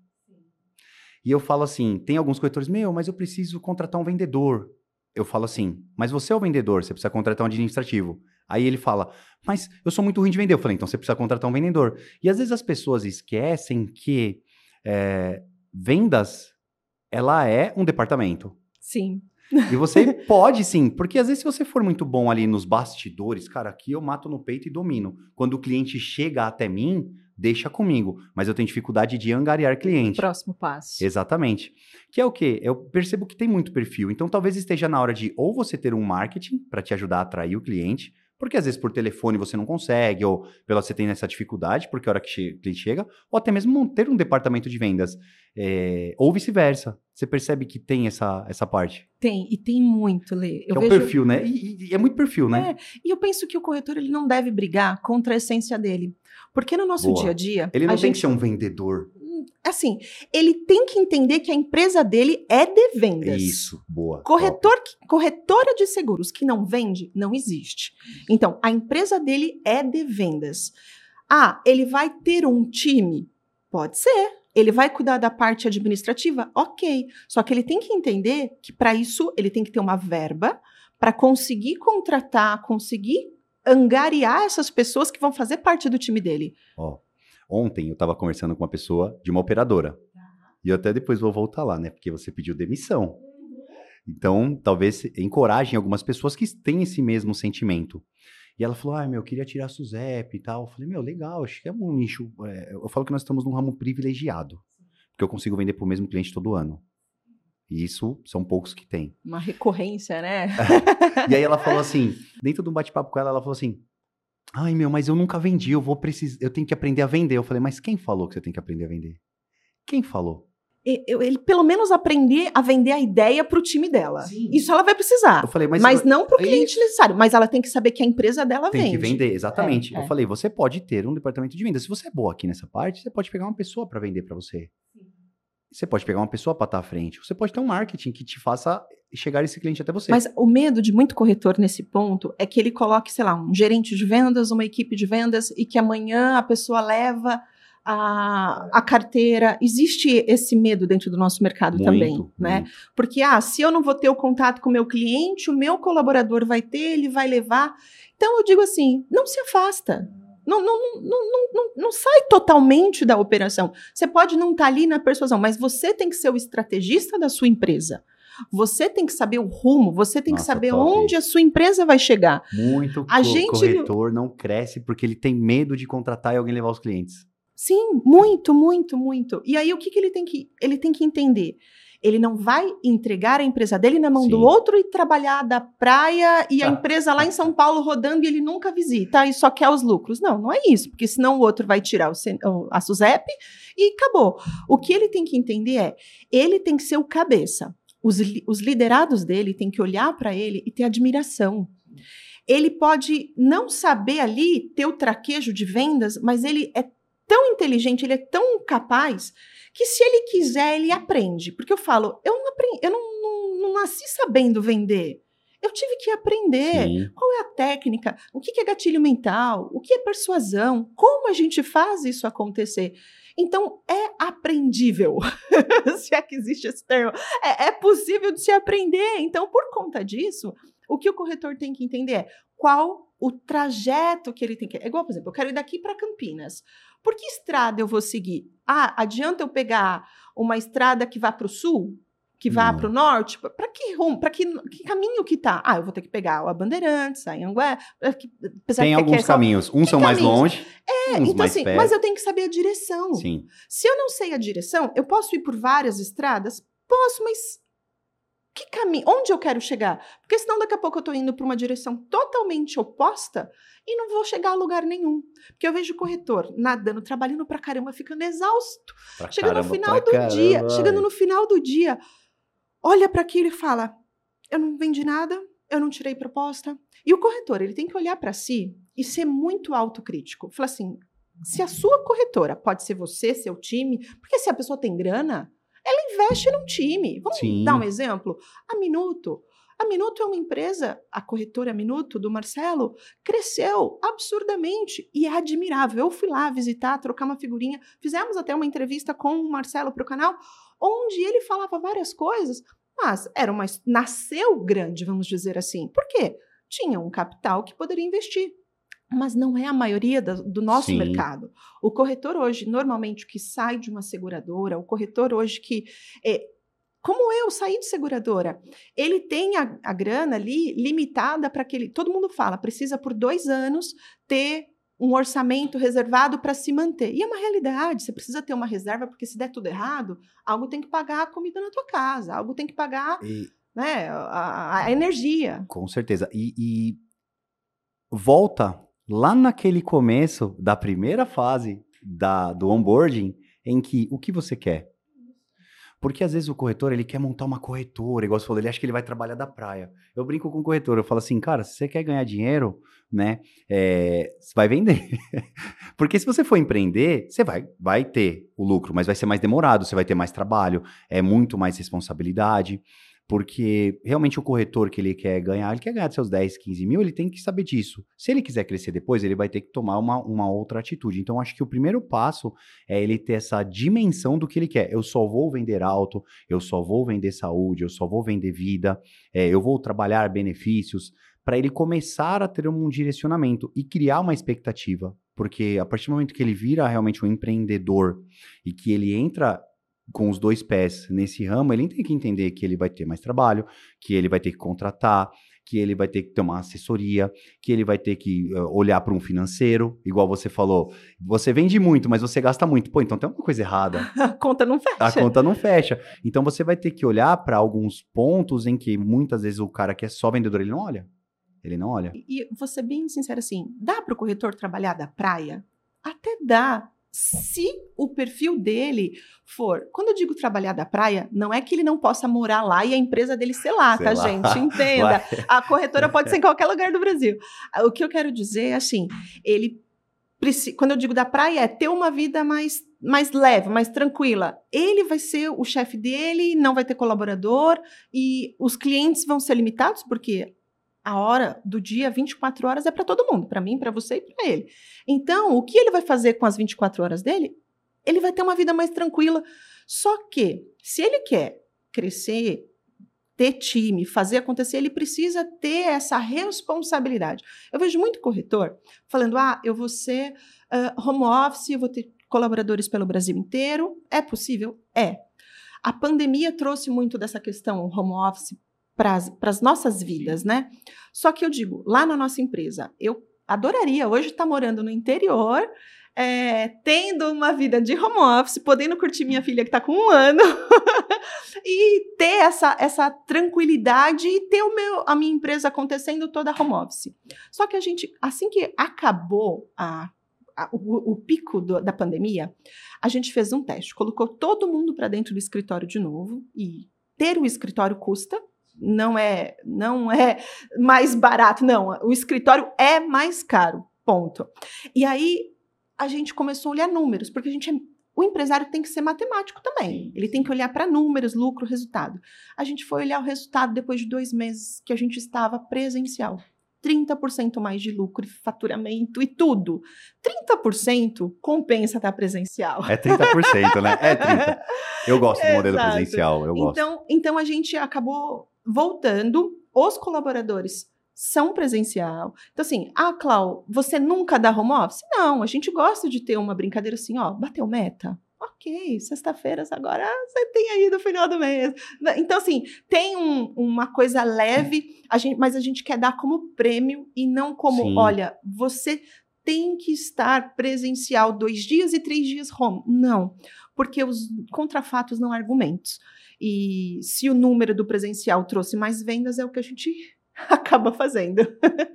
E eu falo assim, tem alguns corretores, meu, mas eu preciso contratar um vendedor. Eu falo assim, mas você é o vendedor, você precisa contratar um administrativo. Aí ele fala, mas eu sou muito ruim de vender. Eu falei, então você precisa contratar um vendedor. E às vezes as pessoas esquecem que é, vendas, ela é um departamento. Sim. E você pode sim, porque às vezes se você for muito bom ali nos bastidores, cara, aqui eu mato no peito e domino. Quando o cliente chega até mim, deixa comigo, mas eu tenho dificuldade de angariar cliente. Próximo passo. Exatamente. Que é o quê? Eu percebo que tem muito perfil, então talvez esteja na hora de ou você ter um marketing para te ajudar a atrair o cliente, porque às vezes por telefone você não consegue, ou pela você tem essa dificuldade, porque a hora que che- o cliente chega, ou até mesmo ter um departamento de vendas, é, ou vice-versa. Você percebe que tem essa, essa parte? Tem, e tem muito, Lê. Eu que é o vejo... perfil, né? E, e é muito perfil, né? É, e eu penso que o corretor ele não deve brigar contra a essência dele. Porque no nosso Boa. dia a dia... Ele não a tem gente... que ser um vendedor. Assim, ele tem que entender que a empresa dele é de vendas. Isso, boa. Corretor, que- corretora de seguros que não vende, não existe. Então, a empresa dele é de vendas. Ah, ele vai ter um time? Pode ser. Ele vai cuidar da parte administrativa? Ok. Só que ele tem que entender que, para isso, ele tem que ter uma verba para conseguir contratar, conseguir angariar essas pessoas que vão fazer parte do time dele. Ó, ontem eu estava conversando com uma pessoa de uma operadora. E eu até depois vou voltar lá, né? Porque você pediu demissão. Então, talvez encorajem algumas pessoas que têm esse mesmo sentimento. E ela falou, ah, meu, eu queria tirar a SUSEP e tal. Eu falei, meu, legal, acho que é um nicho... é, eu falo que nós estamos num ramo privilegiado. Porque eu consigo vender para o mesmo cliente todo ano. E isso são poucos que tem. Uma recorrência, né? E aí ela falou assim, dentro de um bate-papo com ela, ela falou assim, ai, meu, mas eu nunca vendi, eu vou precisar, eu tenho que aprender a vender. Eu falei, mas quem falou que você tem que aprender a vender? Quem falou? E- eu- Ele, pelo menos, aprender a vender a ideia para o time dela. Sim. Isso ela vai precisar. Eu falei, mas... Mas, não para o é cliente isso. necessário. Mas ela tem que saber que a empresa dela Tem vende. que vender, exatamente. É, Eu é. falei, você pode ter um departamento de vendas. Se você é boa aqui nessa parte, você pode pegar uma pessoa para vender para você. Você pode pegar uma pessoa para estar à frente. Você pode ter um marketing que te faça chegar esse cliente até você. Mas o medo de muito corretor nesse ponto é que ele coloque, sei lá, um gerente de vendas, uma equipe de vendas e que amanhã a pessoa leva a, a carteira. Existe esse medo dentro do nosso mercado Muito, também, né? muito. Porque, ah, se eu não vou ter o contato com o meu cliente, o meu colaborador vai ter, ele vai levar. Então, eu digo assim, não se afasta. Não, não, não, não, não, não sai totalmente da operação. Você pode não estar ali na persuasão, mas você tem que ser o estrategista da sua empresa. Você tem que saber o rumo, você tem Nossa, que saber top. onde a sua empresa vai chegar. Muito A co- gente- corretor não cresce porque ele tem medo de contratar e alguém levar os clientes. Sim, muito, muito, muito. E aí, o que, que ele tem que ele tem que entender? Ele não vai entregar a empresa dele na mão Sim. do outro e trabalhar da praia e a Ah. empresa lá em São Paulo rodando e ele nunca visita e só quer os lucros. Não, não é isso, porque senão o outro vai tirar o, C- o- a SUSEP e acabou. O que ele tem que entender é, ele tem que ser o cabeça. Os, li- os liderados dele têm que olhar para ele e ter admiração. Ele pode não saber ali ter o traquejo de vendas, mas ele é tão inteligente, ele é tão capaz, que se ele quiser, ele aprende. Porque eu falo, eu não aprendi, eu não, não- não nasci sabendo vender. Eu tive que aprender. Sim. Qual é a técnica, o que é gatilho mental, o que é persuasão, como a gente faz isso acontecer. Então, é aprendível, se é que existe esse termo. É, é possível de se aprender. Então, por conta disso, o que o corretor tem que entender é qual o trajeto que ele tem que... É igual, por exemplo, eu quero ir daqui para Campinas. Por que estrada eu vou seguir? Ah, adianta eu pegar uma estrada que vá para o sul? Que vá para o norte? Para que rumo? Para que, que caminho que tá? Ah, eu vou ter que pegar a Bandeirantes, a Anhanguera. Tem alguns que caminhos. Uns são caminhos? mais longe, é, uns então, mais assim, perto. Mas eu tenho que saber a direção. Sim. Se eu não sei a direção, eu posso ir por várias estradas? Posso, mas que caminho? Onde eu quero chegar? Porque senão daqui a pouco eu estou indo para uma direção totalmente oposta e não vou chegar a lugar nenhum. Porque eu vejo o corretor nadando, trabalhando pra caramba, ficando exausto. Pra chegando caramba, no final do caramba, dia, ai. chegando no final do dia, olha para aquilo e fala, eu não vendi nada, eu não tirei proposta. E o corretor, ele tem que olhar para si e ser muito autocrítico. Falar assim, se a sua corretora, pode ser você, seu time, porque se a pessoa tem grana, ela investe num time. Vamos Sim. dar um exemplo? A Minuto. A Minuto é uma empresa, a corretora Minuto, do Marcelo, cresceu absurdamente e é admirável. Eu fui lá visitar, trocar uma figurinha, fizemos até uma entrevista com o Marcelo para o canal, onde ele falava várias coisas, mas era uma, nasceu grande, vamos dizer assim. Por quê? Tinha um capital que poderia investir. Mas não é a maioria do, do nosso Sim. mercado. O corretor hoje, normalmente, que sai de uma seguradora, o corretor hoje que... É, como eu saí de seguradora, ele tem a, a grana ali limitada para aquele... Todo mundo fala, precisa por dois anos ter um orçamento reservado para se manter. E é uma realidade, você precisa ter uma reserva, porque se der tudo errado, algo tem que pagar a comida na tua casa, algo tem que pagar e... né, a, a energia. Com certeza. E, e volta lá naquele começo da primeira fase da, do onboarding, em que o que você quer? Porque às vezes o corretor, ele quer montar uma corretora, igual você falou, ele acha que ele vai trabalhar da praia. Eu brinco com o corretor, eu falo assim, cara, se você quer ganhar dinheiro, né, é, você vai vender. Porque se você for empreender, você vai, vai ter o lucro, mas vai ser mais demorado, você vai ter mais trabalho, é muito mais responsabilidade. Porque realmente o corretor que ele quer ganhar, ele quer ganhar de seus dez, quinze mil, ele tem que saber disso. Se ele quiser crescer depois, ele vai ter que tomar uma, uma outra atitude. Então, acho que o primeiro passo é ele ter essa dimensão do que ele quer. Eu só vou vender auto, eu só vou vender saúde, eu só vou vender vida, é, eu vou trabalhar benefícios, para ele começar a ter um direcionamento e criar uma expectativa. Porque a partir do momento que ele vira realmente um empreendedor e que ele entra com os dois pés nesse ramo, ele tem que entender que ele vai ter mais trabalho, que ele vai ter que contratar, que ele vai ter que ter uma assessoria, que ele vai ter que uh, olhar para um financeiro, igual você falou, você vende muito, mas você gasta muito. Pô, então tem alguma coisa errada. A conta não fecha. A conta não fecha. Então você vai ter que olhar para alguns pontos em que muitas vezes o cara que é só vendedor, ele não olha. Ele não olha. E, e vou ser bem sincera assim, dá para o corretor trabalhar da praia? Até dá. Se o perfil dele for... Quando eu digo trabalhar da praia, não é que ele não possa morar lá e a empresa dele ser lá, Sei tá, lá. gente? Entenda. Vai. A corretora pode ser em qualquer lugar do Brasil. O que eu quero dizer é assim, ele... Quando eu digo da praia, é ter uma vida mais, mais leve, mais tranquila. Ele vai ser o chefe dele, não vai ter colaborador e os clientes vão ser limitados, porque... A hora do dia, vinte e quatro horas, é para todo mundo, para mim, para você e para ele. Então, o que ele vai fazer com as vinte e quatro horas dele? Ele vai ter uma vida mais tranquila. Só que, se ele quer crescer, ter time, fazer acontecer, ele precisa ter essa responsabilidade. Eu vejo muito corretor falando, ah, eu vou ser uh, home office, eu vou ter colaboradores pelo Brasil inteiro. É possível? É. A pandemia trouxe muito dessa questão home office para as nossas vidas, né? Só que eu digo, lá na nossa empresa, eu adoraria hoje estar morando no interior, é, tendo uma vida de home office, podendo curtir minha filha que está com um ano e ter essa, essa tranquilidade e ter o meu, a minha empresa acontecendo toda home office. Só que a gente, assim que acabou a, a, o, o pico do, da pandemia, a gente fez um teste, colocou todo mundo para dentro do escritório de novo e ter o escritório custa. Não é, não é mais barato, não. O escritório é mais caro, ponto. E aí, a gente começou a olhar números, porque a gente é o empresário tem que ser matemático também. Sim, ele sim. tem que olhar para números, lucro, resultado. A gente foi olhar o resultado depois de dois meses que a gente estava presencial. trinta por cento mais de lucro, faturamento e tudo. trinta por cento compensa estar presencial. É trinta por cento, né? É trinta por cento. Eu gosto do modelo Exato. presencial, eu gosto. Então, então, a gente acabou voltando, os colaboradores são presencial. Então, assim, ah, Clau, você nunca dá home office? Não, a gente gosta de ter uma brincadeira assim, ó, bateu meta? Ok, sexta-feiras agora você tem aí no final do mês. Então, assim, tem um, uma coisa leve, a gente, mas a gente quer dar como prêmio e não como, Sim. olha, você tem que estar presencial dois dias e três dias home. Não, porque os contrafatos não argumentos. E se o número do presencial trouxe mais vendas, é o que a gente acaba fazendo.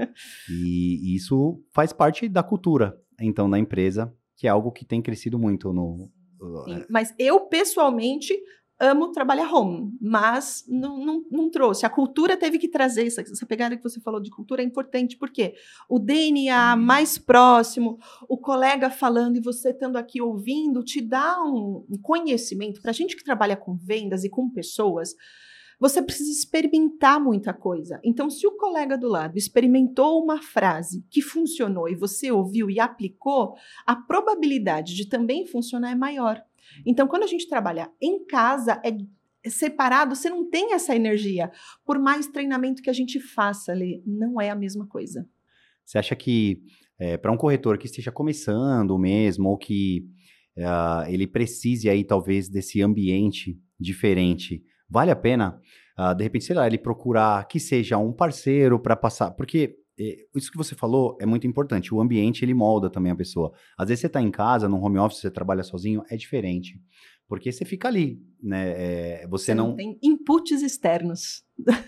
E isso faz parte da cultura, então, da empresa, que é algo que tem crescido muito no... Sim, mas eu, pessoalmente, amo trabalhar home, mas não, não, não trouxe. A cultura teve que trazer, essa, essa pegada que você falou de cultura é importante, porque o D N A mais próximo, o colega falando e você estando aqui ouvindo, te dá um, um conhecimento. Para a gente que trabalha com vendas e com pessoas, você precisa experimentar muita coisa. Então, se o colega do lado experimentou uma frase que funcionou e você ouviu e aplicou, a probabilidade de também funcionar é maior. Então, quando a gente trabalha em casa, é separado, você não tem essa energia. Por mais treinamento que a gente faça ali, não é a mesma coisa. Você acha que, é, para um corretor que esteja começando mesmo, ou que uh, ele precise aí, talvez, desse ambiente diferente, vale a pena, uh, de repente, sei lá, ele procurar que seja um parceiro para passar, porque eh, isso que você falou é muito importante, o ambiente ele molda também a pessoa. Às vezes você está em casa, no home office, você trabalha sozinho, é diferente, porque você fica ali, né, é, você, você não... não tem inputs externos.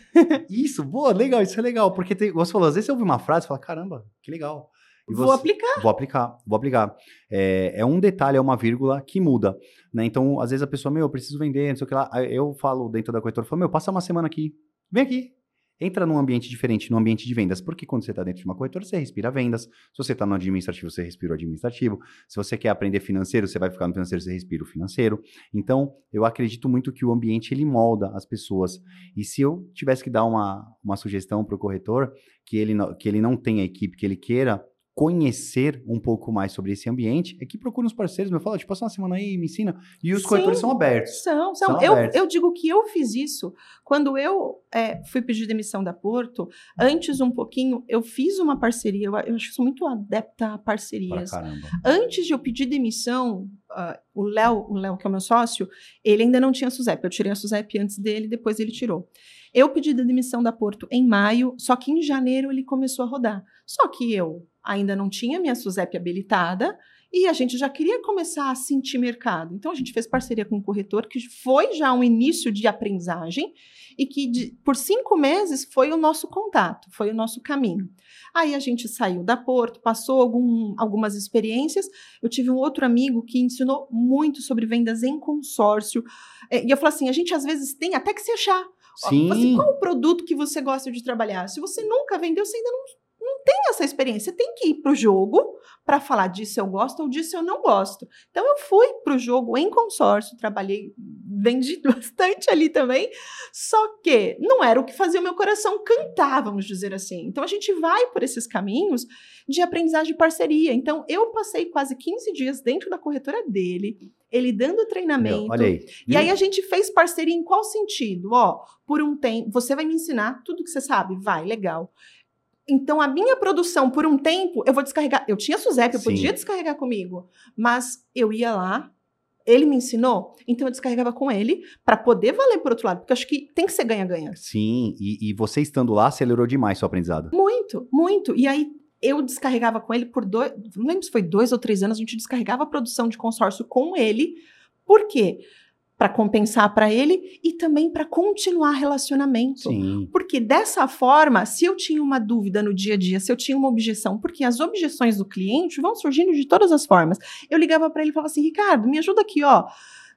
Isso, boa, legal, isso é legal, porque tem, você falou, às vezes você ouve uma frase e fala, caramba, que legal. E vou você, aplicar. Vou aplicar, vou aplicar. É, é um detalhe, é uma vírgula que muda, né? Então, às vezes a pessoa, meu, eu preciso vender, não sei o que lá. Aí eu falo dentro da corretora, eu falo, meu, passa uma semana aqui, vem aqui. Entra num ambiente diferente, num ambiente de vendas. Porque quando você está dentro de uma corretora, você respira vendas. Se você está no administrativo, você respira o administrativo. Se você quer aprender financeiro, você vai ficar no financeiro, você respira o financeiro. Então, eu acredito muito que o ambiente, ele molda as pessoas. E se eu tivesse que dar uma, uma sugestão para o corretor, que ele, que ele não tenha equipe, que ele queira conhecer um pouco mais sobre esse ambiente, é que procura uns parceiros, me fala, tipo, passa uma semana aí, me ensina. E os Sim, corretores são abertos. São, são. são eu, abertos. eu digo que eu fiz isso quando eu é, fui pedir demissão da Porto. Antes, um pouquinho, eu fiz uma parceria, eu, eu acho que sou muito adepta a parcerias. Pra caramba. Antes de eu pedir demissão, uh, o Léo, o Léo, que é o meu sócio, ele ainda não tinha a SUSEP. Eu tirei a SUSEP antes dele, depois ele tirou. Eu pedi demissão da Porto em maio, só que em janeiro ele começou a rodar. Só que eu ainda não tinha minha SUSEP habilitada e a gente já queria começar a sentir mercado. Então, a gente fez parceria com um corretor que foi já um início de aprendizagem e que de, por cinco meses foi o nosso contato, foi o nosso caminho. Aí a gente saiu da Porto, passou algum, algumas experiências. Eu tive um outro amigo que ensinou muito sobre vendas em consórcio. E eu falei assim, a gente às vezes tem até que se achar. Sim. Assim, qual o produto que você gosta de trabalhar? Se você nunca vendeu, você ainda não, não tem essa experiência. Você tem que ir para o jogo para falar disso eu gosto ou disso eu não gosto. Então, eu fui para o jogo em consórcio, trabalhei, vendi bastante ali também, só que não era o que fazia o meu coração cantar, vamos dizer assim. Então, a gente vai por esses caminhos de aprendizagem de parceria. Então, eu passei quase quinze dias dentro da corretora dele, ele dando treinamento. Meu, olha aí. E aí a gente fez parceria em qual sentido? Ó, por um tempo, você vai me ensinar tudo que você sabe? Vai, legal. Então, a minha produção, por um tempo, eu vou descarregar. Eu tinha SUSEP, eu Sim. podia descarregar comigo, mas eu ia lá, ele me ensinou, então eu descarregava com ele para poder valer por outro lado, porque eu acho que tem que ser ganha-ganha. Sim, e, e você estando lá acelerou demais seu aprendizado. Muito, muito. E aí, eu descarregava com ele por dois, não lembro se foi dois ou três anos, a gente descarregava a produção de consórcio com ele. Por quê? Para compensar para ele e também para continuar relacionamento. Sim. Porque dessa forma, se eu tinha uma dúvida no dia a dia, se eu tinha uma objeção, porque as objeções do cliente vão surgindo de todas as formas. Eu ligava para ele e falava assim, Ricardo, me ajuda aqui, ó.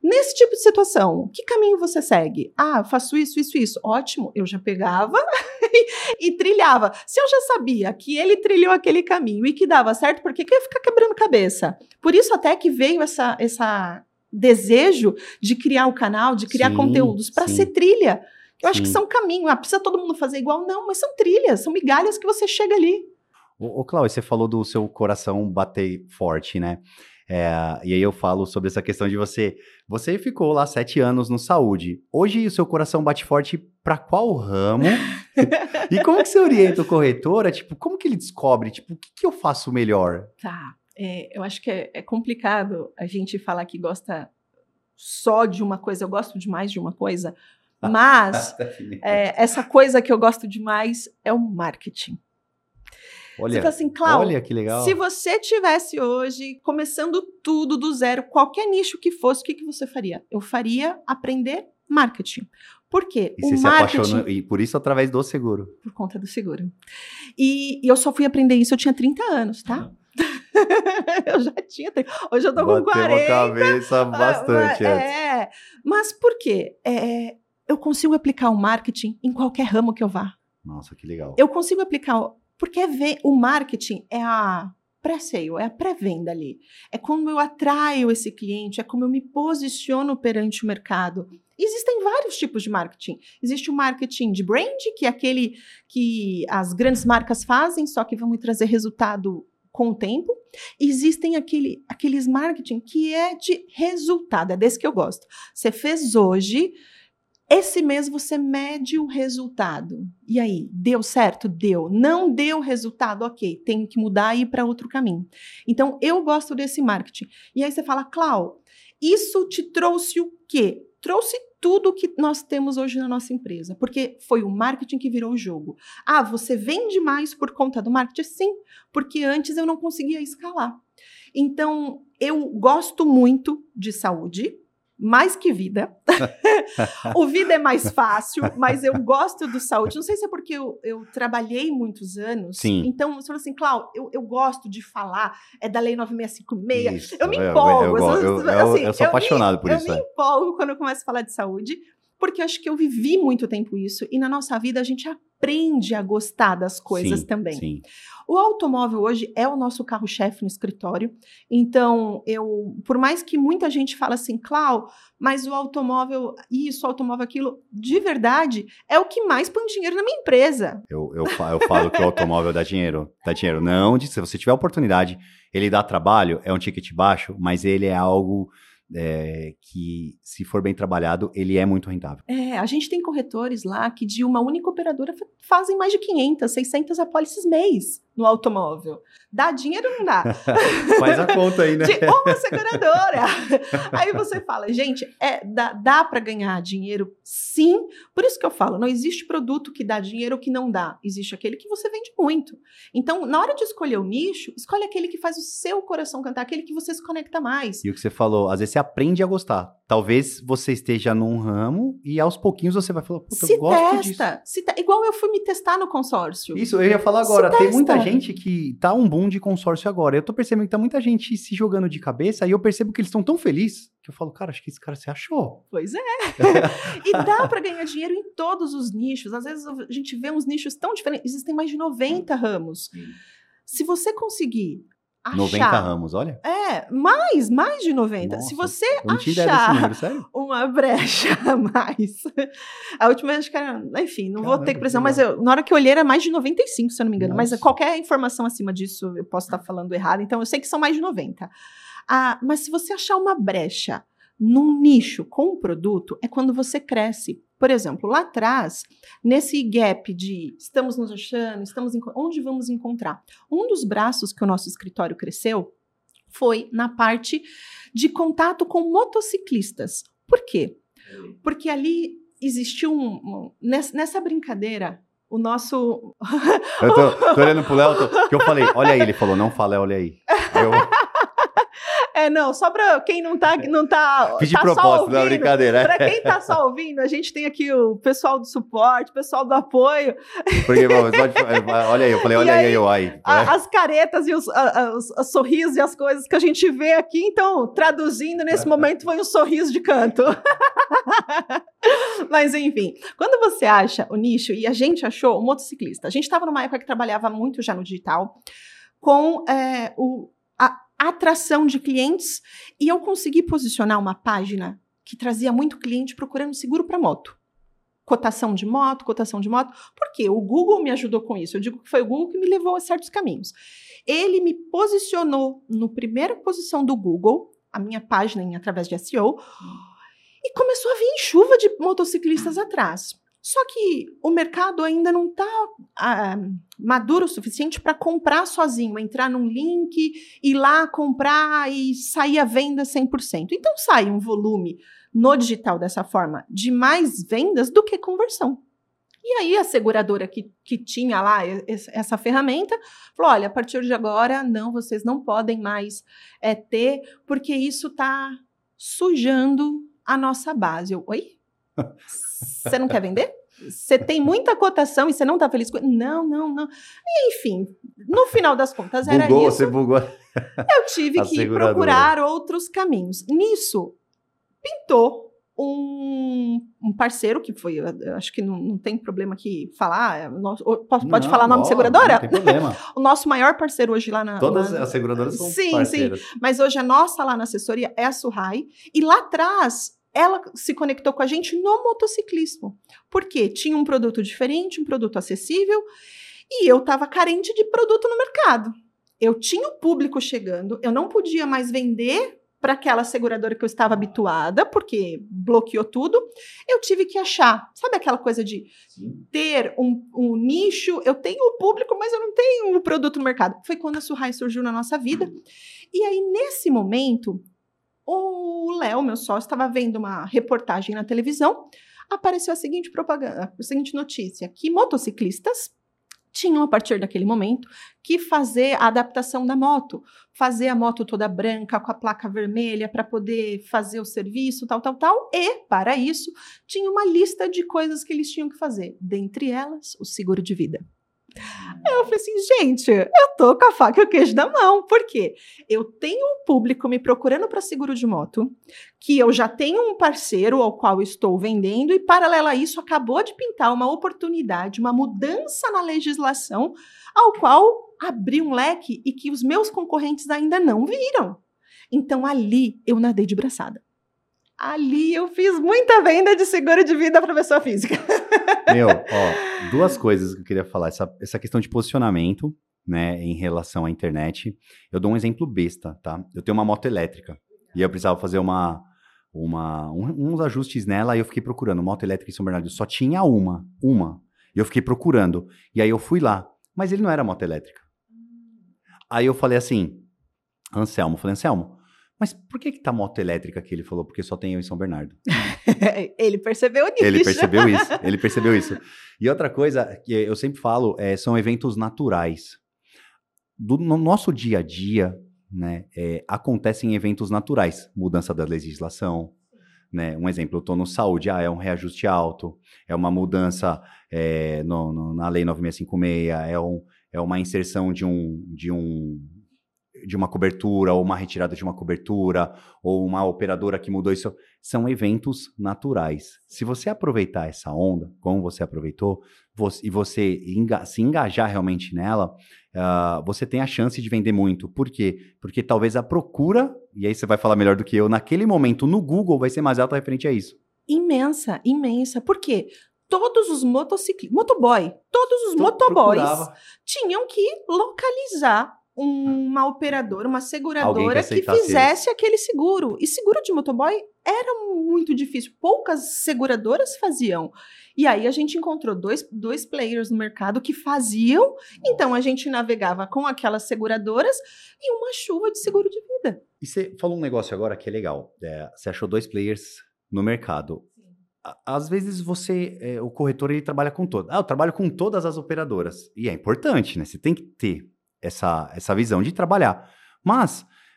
Nesse tipo de situação, que caminho você segue? Ah, faço isso, isso, isso. Ótimo, eu já pegava e, e trilhava. Se eu já sabia que ele trilhou aquele caminho e que dava certo, por que, que eu ia ficar quebrando cabeça? Por isso até que veio essa, essa desejo de criar o canal, de criar Sim, conteúdos para sim. ser trilha. Eu acho Sim. que são caminhos. Ah, precisa todo mundo fazer igual? Não, mas são trilhas, são migalhas que você chega ali. Ô, ô Cláudio, você falou do seu coração bater forte, né? É, e aí eu falo sobre essa questão de você... Você ficou lá sete anos no saúde. Hoje o seu coração bate forte para qual ramo? E como que você orienta o corretor? É, tipo, como que ele descobre? Tipo, o que, que eu faço melhor? Tá, é, eu acho que é, é complicado a gente falar que gosta só de uma coisa. Eu gosto demais de uma coisa, mas é, essa coisa que eu gosto demais é o marketing. Olha, você fala assim, Cláudio, olha que legal. Se você tivesse hoje começando tudo do zero, qualquer nicho que fosse, o que, que você faria? Eu faria aprender marketing. Por quê? E o você marketing, se apaixonou, e por isso através do seguro. Por conta do seguro. E, e eu só fui aprender isso, eu tinha trinta anos, tá? Eu já tinha. Hoje eu tô com quarenta. Bateu a cabeça bastante. É, é. Mas por quê? É, eu consigo aplicar o marketing em qualquer ramo que eu vá. Nossa, que legal. Eu consigo aplicar. Porque o marketing é a pré-sale, é a pré-venda ali. É como eu atraio esse cliente, é como eu me posiciono perante o mercado. Existem vários tipos de marketing. Existe o marketing de brand, que é aquele que as grandes marcas fazem, só que vão me trazer resultado com o tempo. Existem aquele, aqueles marketing que é de resultado, é desse que eu gosto. Você fez hoje, esse mês você mede o resultado. E aí, deu certo? Deu. Não deu resultado? Ok, tem que mudar e ir para outro caminho. Então, eu gosto desse marketing. E aí você fala, Cláudio, isso te trouxe o quê? Trouxe tudo que nós temos hoje na nossa empresa, porque foi o marketing que virou o jogo. Ah, você vende mais por conta do marketing? Sim, porque antes eu não conseguia escalar. Então, eu gosto muito de saúde, mais que vida. O vida é mais fácil, mas eu gosto do saúde. Não sei se é porque eu, eu trabalhei muitos anos. Sim. Então, você falou assim, Cláudio, eu, eu gosto de falar, é da Lei nove seis cinco seis. Isso, eu me eu, empolgo. Eu, eu, eu, assim, eu sou apaixonado me, por eu isso. Eu me é. empolgo quando eu começo a falar de saúde, porque eu acho que eu vivi muito tempo isso. E na nossa vida a gente aprende a gostar das coisas Sim, também. Sim. O automóvel hoje é o nosso carro-chefe no escritório. Então, eu, por mais que muita gente fala assim, Cláudio, mas o automóvel, isso, o automóvel, aquilo, de verdade, é o que mais põe dinheiro na minha empresa. Eu, eu, eu falo que o automóvel dá dinheiro. Dá dinheiro. Não, se você tiver oportunidade, ele dá trabalho, é um ticket baixo, mas ele é algo... É, que, se for bem trabalhado, ele é muito rentável. É, a gente tem corretores lá que de uma única operadora fazem mais de quinhentas, seiscentas apólices mês no automóvel. Dá dinheiro ou não dá? Faz a conta aí, né? De uma seguradora. Aí você fala, gente, é, dá, dá para ganhar dinheiro? Sim. Por isso que eu falo, não existe produto que dá dinheiro ou que não dá. Existe aquele que você vende muito. Então, na hora de escolher o nicho, escolhe aquele que faz o seu coração cantar, aquele que você se conecta mais. E o que você falou, às vezes você aprende a gostar. Talvez você esteja num ramo e aos pouquinhos você vai falar, puta, se eu gosto testa, disso. Se te... Igual eu fui me testar no consórcio. Isso, eu ia falar agora. Se Tem testa. muita gente que tá um boom de consórcio agora. Eu tô percebendo que tá muita gente se jogando de cabeça e eu percebo que eles estão tão felizes que eu falo, cara, acho que esse cara se achou. Pois é. E dá para ganhar dinheiro em todos os nichos. Às vezes a gente vê uns nichos tão diferentes. Existem mais de noventa ramos. Sim. Se você conseguir achar... noventa ramos, olha. É, mais, mais de noventa. Nossa, se você eu não tinha achar ideia desse número, sério? uma brecha a mais... A última vez que era... Enfim, não Caramba, vou ter que precisar, mas eu, na hora que eu olhei era mais de noventa e cinco, se eu não me engano. Nossa. Mas qualquer informação acima disso eu posso estar falando errado. Então eu sei que são mais de noventa. Ah, mas se você achar uma brecha num nicho com um produto, é quando você cresce. Por exemplo, lá atrás, nesse gap de estamos nos achando, estamos em, onde vamos encontrar? Um dos braços que o nosso escritório cresceu foi na parte de contato com motociclistas. Por quê? Porque ali existiu um... um nessa, nessa brincadeira, o nosso... Eu tô, tô olhando pro Léo, tô, que eu falei, olha aí, ele falou, não fala, olha aí. Eu... É, não, só para quem não tá, não tá, Fiz de tá propósito, não, brincadeira. Para quem tá só ouvindo, a gente tem aqui o pessoal do suporte, o pessoal do apoio. Porque, bom, olha aí, eu falei, olha aí, aí, eu aí. A, as caretas e os, a, os, os sorrisos e as coisas que a gente vê aqui, então, traduzindo, nesse momento foi um sorriso de canto. Mas, enfim, quando você acha o nicho, e a gente achou o motociclista, a gente estava numa época que trabalhava muito já no digital, com é, o, a atração de clientes, e eu consegui posicionar uma página que trazia muito cliente procurando seguro para moto. Cotação de moto, cotação de moto. Por quê? O Google me ajudou com isso. Eu digo que foi o Google que me levou a certos caminhos. Ele me posicionou no primeira posição do Google, a minha página em, através de S E O, e começou a vir chuva de motociclistas atrás. Só que o mercado ainda não está ah, maduro o suficiente para comprar sozinho, entrar num link, ir lá comprar e sair à venda cem por cento. Então sai um volume no digital dessa forma de mais vendas do que conversão. E aí a seguradora que, que tinha lá essa ferramenta falou, olha, a partir de agora, não, vocês não podem mais é, ter, porque isso está sujando a nossa base. Eu, oi? Você não quer vender? Você tem muita cotação e você não está feliz com... Não, não, não. E, enfim, no final das contas era bugou, isso. Você bugou. Eu tive que procurar outros caminhos. Nisso, pintou um, um parceiro que foi... Eu acho que não, não tem problema aqui falar. Nosso, pode não, falar o nome ó, de seguradora? Não tem problema. O nosso maior parceiro hoje lá na... Todas lá, as seguradoras são sim, parceiras. Sim, mas hoje a nossa lá na assessoria é a Surrai. E lá atrás... ela se conectou com a gente no motociclismo. Por quê? Tinha um produto diferente, um produto acessível, e eu estava carente de produto no mercado. Eu tinha o público chegando, eu não podia mais vender para aquela seguradora que eu estava habituada, porque bloqueou tudo. Eu tive que achar, sabe aquela coisa de ter um, um nicho, eu tenho o público, mas eu não tenho o produto no mercado. Foi quando a Surrai surgiu na nossa vida. E aí, nesse momento... o Léo, meu sócio, estava vendo uma reportagem na televisão, apareceu a seguinte propaganda, a seguinte notícia, que motociclistas tinham, a partir daquele momento, que fazer a adaptação da moto, fazer a moto toda branca, com a placa vermelha, para poder fazer o serviço, tal, tal, tal, e, para isso, tinha uma lista de coisas que eles tinham que fazer, dentre elas, o seguro de vida. Eu falei assim, gente, eu tô com a faca e o queijo na mão, por quê? Eu tenho um público me procurando para seguro de moto, que eu já tenho um parceiro ao qual estou vendendo, e paralelo a isso, acabou de pintar uma oportunidade, uma mudança na legislação, ao qual abriu um leque e que os meus concorrentes ainda não viram. Então, ali, eu nadei de braçada. Ali eu fiz muita venda de seguro de vida para pessoa física. Meu, ó, duas coisas que eu queria falar. Essa, essa questão de posicionamento, né, em relação à internet. Eu dou um exemplo besta, tá? Eu tenho uma moto elétrica e eu precisava fazer uma, uma, um, uns ajustes nela e eu fiquei procurando. Moto elétrica em São Bernardo só tinha uma, uma. E eu fiquei procurando. E aí eu fui lá. Mas ele não era moto elétrica. Aí eu falei assim, Anselmo, falei, Anselmo, mas por que que tá moto elétrica aqui? Ele falou, porque só tem eu em São Bernardo. Ele percebeu nisso. Ele percebeu isso, ele percebeu isso. E outra coisa que eu sempre falo, é, são eventos naturais. Do, no nosso dia a dia, né, é, acontecem eventos naturais. Mudança da legislação, né? Um exemplo, eu estou no saúde, ah, é um reajuste alto, é uma mudança é, no, no, na lei nove seis cinco seis, é, um, é uma inserção de um... De um de uma cobertura, ou uma retirada de uma cobertura, ou uma operadora que mudou isso, são eventos naturais. Se você aproveitar essa onda, como você aproveitou, você, e você enga, se engajar realmente nela, uh, você tem a chance de vender muito. Por quê? Porque talvez a procura, e aí você vai falar melhor do que eu, naquele momento no Google vai ser mais alta referente a isso. Imensa, imensa. Por quê? Todos os motociclistas, motoboy, todos os Tô, motoboys procurava. Tinham que localizar uma operadora, uma seguradora que, que fizesse aquele seguro. E seguro de motoboy era muito difícil. Poucas seguradoras faziam. E aí a gente encontrou dois, dois players no mercado que faziam. Então a gente navegava com aquelas seguradoras e uma chuva de seguro de vida. E você falou um negócio agora que é legal. É, você achou dois players no mercado. Às vezes você, é, o corretor, ele trabalha com todas. Ah, eu trabalho com todas as operadoras. E é importante, né? Você tem que ter essa, essa visão de trabalhar. Mas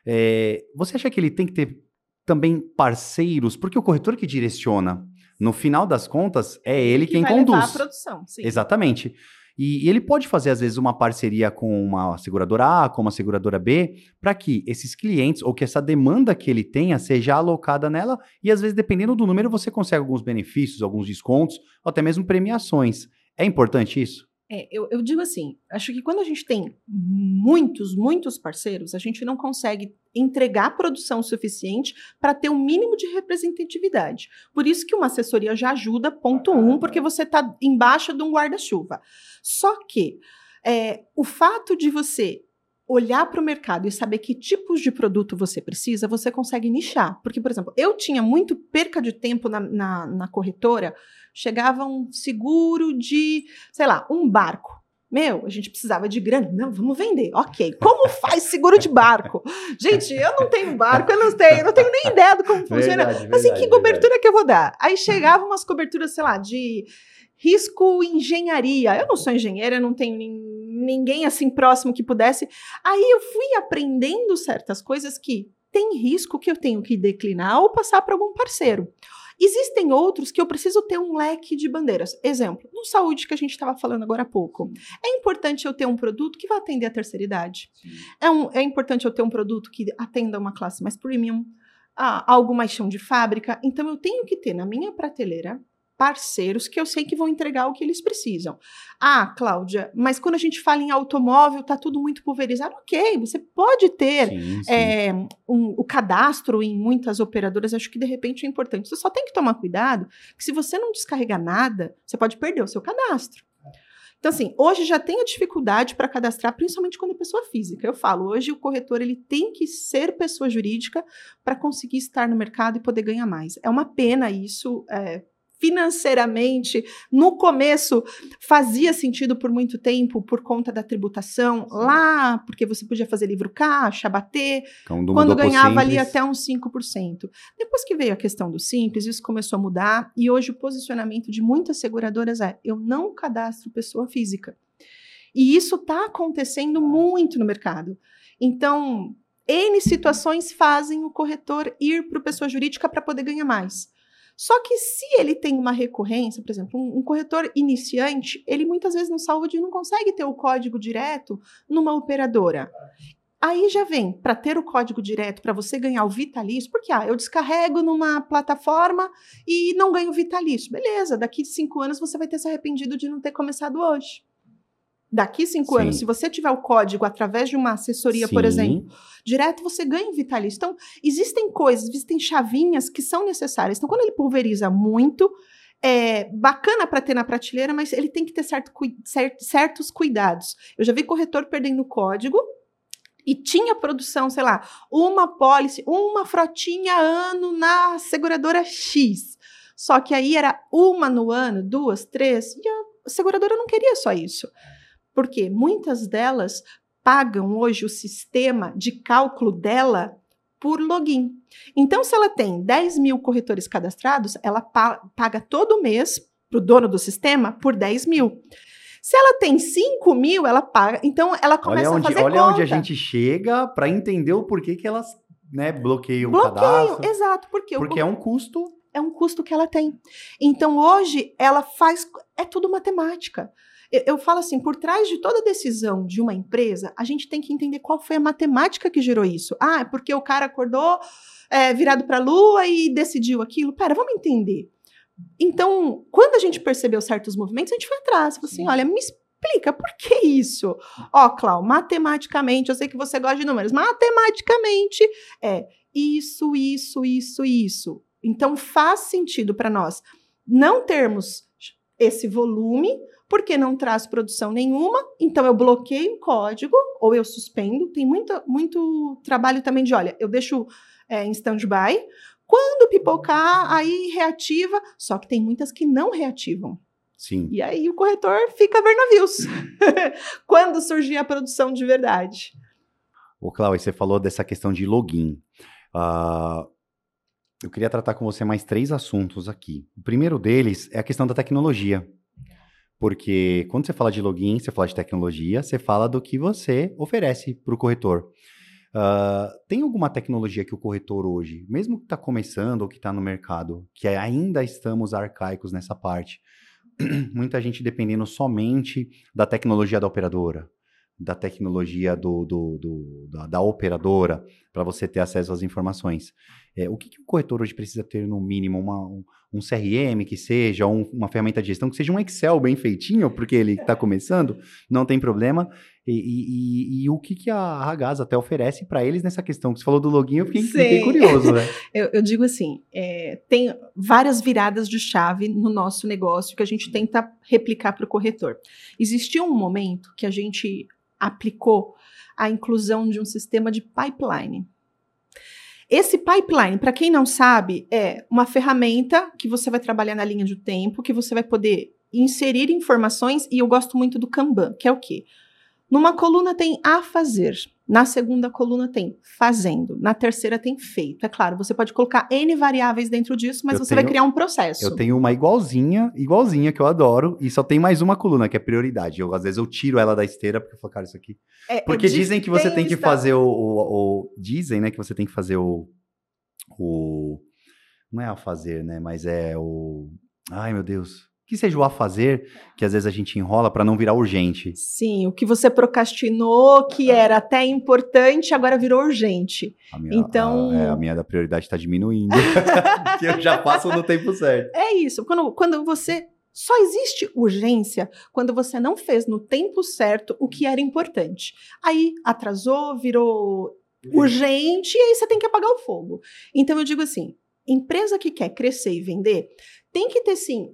É, você acha que ele tem que ter também parceiros? Porque o corretor que direciona, no final das contas, é ele que quem vai conduz. levar a produção, sim. Exatamente. E, e ele pode fazer, às vezes, uma parceria com uma seguradora A, com uma seguradora B, para que esses clientes, ou que essa demanda que ele tenha, seja alocada nela, e às vezes, dependendo do número, você consegue alguns benefícios, alguns descontos, ou até mesmo premiações. É importante isso? É, eu, eu digo assim, acho que quando a gente tem muitos, muitos parceiros, a gente não consegue entregar produção suficiente para ter um mínimo de representatividade. Por isso que uma assessoria já ajuda, ponto um, porque você está embaixo de um guarda-chuva. Só que é, o fato de você olhar para o mercado e saber que tipos de produto você precisa, você consegue nichar. Porque, por exemplo, eu tinha muito perca de tempo na, na, na corretora, chegava um seguro de, sei lá, um barco. Meu, a gente precisava de grana. Não, vamos vender. Ok. Como faz seguro de barco? Gente, eu não tenho barco, eu não tenho, eu não tenho nem ideia de como funciona. Verdade, Mas assim, verdade, que cobertura verdade. que eu vou dar? Aí chegavam umas coberturas, sei lá, de risco engenharia. Eu não sou engenheira, eu não tenho nin- ninguém assim próximo que pudesse. Aí eu fui aprendendo certas coisas que tem risco que eu tenho que declinar ou passar para algum parceiro. Existem outros que eu preciso ter um leque de bandeiras. Exemplo, no saúde que a gente estava falando agora há pouco. É importante eu ter um produto que vai atender a terceira idade. É, um, é importante eu ter um produto que atenda uma classe mais premium, ah, algo mais chão de fábrica. Então, eu tenho que ter na minha prateleira parceiros que eu sei que vão entregar o que eles precisam. Ah, Cláudia, mas quando a gente fala em automóvel, tá tudo muito pulverizado. Ok, você pode ter Sim, sim. é, um, o cadastro em muitas operadoras, acho que de repente é importante. Você só tem que tomar cuidado que se você não descarregar nada, você pode perder o seu cadastro. Então, assim, hoje já tem a dificuldade para cadastrar, principalmente quando é pessoa física. Eu falo, hoje o corretor ele tem que ser pessoa jurídica para conseguir estar no mercado e poder ganhar mais. É uma pena isso, é, financeiramente, no começo fazia sentido por muito tempo por conta da tributação lá, porque você podia fazer livro caixa, bater, Quando, quando mudou pro ganhava ali Simples, até uns cinco por cento. Depois que veio a questão do Simples, isso começou a mudar e hoje o posicionamento de muitas seguradoras é: eu não cadastro pessoa física. E isso está acontecendo muito no mercado. Então, N situações fazem o corretor ir para a pessoa jurídica para poder ganhar mais. Só que se ele tem uma recorrência, por exemplo, um, um corretor iniciante, ele muitas vezes no saúde não consegue ter o código direto numa operadora. Aí já vem, para ter o código direto, para você ganhar o vitalício, porque ah, eu descarrego numa plataforma e não ganho vitalício. Beleza, daqui cinco anos você vai ter se arrependido de não ter começado hoje. Daqui cinco Sim. anos, se você tiver o código através de uma assessoria, por Sim. exemplo, direto você ganha o vitalício. Então, existem coisas, existem chavinhas que são necessárias. Então, quando ele pulveriza muito, é bacana para ter na prateleira, mas ele tem que ter certo, cert, certos cuidados. Eu já vi corretor perdendo código e tinha produção, sei lá, uma pólice, uma frotinha ano na seguradora X. Só que aí era uma no ano, duas, três, e a seguradora não queria só isso. Porque muitas delas pagam hoje o sistema de cálculo dela por login. Então, se ela tem dez mil corretores cadastrados, ela pa- paga todo mês para o dono do sistema por dez mil. Se ela tem cinco mil, ela paga. Então, ela começa olha onde, a fazer olha conta. onde a gente chega para entender o porquê que elas, né, bloqueiam Bloqueiam, o cadastro. exato. Porque, Porque o, é um custo. é um custo que ela tem. Então, hoje, ela faz... É tudo matemática. Eu, eu falo assim, por trás de toda decisão de uma empresa, a gente tem que entender qual foi a matemática que gerou isso. Ah, é porque o cara acordou é, virado para a lua e decidiu aquilo. Pera, vamos entender. Então, quando a gente percebeu certos movimentos, a gente foi atrás. Falou assim, olha, me explica, por que isso? Ó, Clau, matematicamente, eu sei que você gosta de números, matematicamente é isso, isso, isso, isso. Então, faz sentido para nós não termos esse volume, porque não traz produção nenhuma, então eu bloqueio o código, ou eu suspendo. Tem muita, muito trabalho também de, olha, eu deixo é, em stand-by, quando pipocar, aí reativa, só que tem muitas que não reativam. Sim. E aí o corretor fica a ver navios, quando surgir a produção de verdade. Ô, Cláudio, você falou dessa questão de login. Uh, eu queria tratar com você mais três assuntos aqui. O primeiro deles é a questão da tecnologia. Porque quando você fala de login, você fala de tecnologia, você fala do que você oferece para o corretor. Uh, tem alguma tecnologia que o corretor hoje, mesmo que está começando ou que está no mercado, que ainda estamos arcaicos nessa parte, muita gente dependendo somente da tecnologia da operadora, da tecnologia do, do, do, da, da operadora, para você ter acesso às informações. É, o que, que o corretor hoje precisa ter, no mínimo, uma, um, um C R M que seja, um, uma ferramenta de gestão, que seja um Excel bem feitinho, porque ele está começando, não tem problema. E, e, e, e o que, que a Ragaz até oferece para eles nessa questão? Que você falou do login, eu fiquei, fiquei curioso, né? eu, eu digo assim, é, tem várias viradas de chave no nosso negócio que a gente tenta replicar para o corretor. Existiu um momento que a gente aplicou a inclusão de um sistema de pipeline. Esse pipeline, para quem não sabe, é uma ferramenta que você vai trabalhar na linha do tempo, que você vai poder inserir informações, e eu gosto muito do Kanban, que é o quê? Numa coluna tem a fazer, na segunda coluna tem fazendo, na terceira tem feito. É claro, você pode colocar N variáveis dentro disso, mas eu você tenho, vai criar um processo. Eu tenho uma igualzinha, igualzinha, que eu adoro, e só tem mais uma coluna, que é prioridade. Eu, às vezes eu tiro ela da esteira, porque eu falo, cara, isso aqui... É, porque dizem que você tem que fazer o, o, o... Dizem, né, que você tem que fazer o... o não é a fazer, né, mas é o... Ai, meu Deus... Que seja o a fazer, que às vezes a gente enrola para não virar urgente. Sim, o que você procrastinou, que era até importante, agora virou urgente. A minha, então... a, é, a minha da prioridade está diminuindo, que eu já passo no tempo certo. É isso, quando, quando você... Só existe urgência quando você não fez no tempo certo o que era importante. Aí atrasou, virou urgente, e aí você tem que apagar o fogo. Então eu digo assim, empresa que quer crescer e vender, tem que ter sim...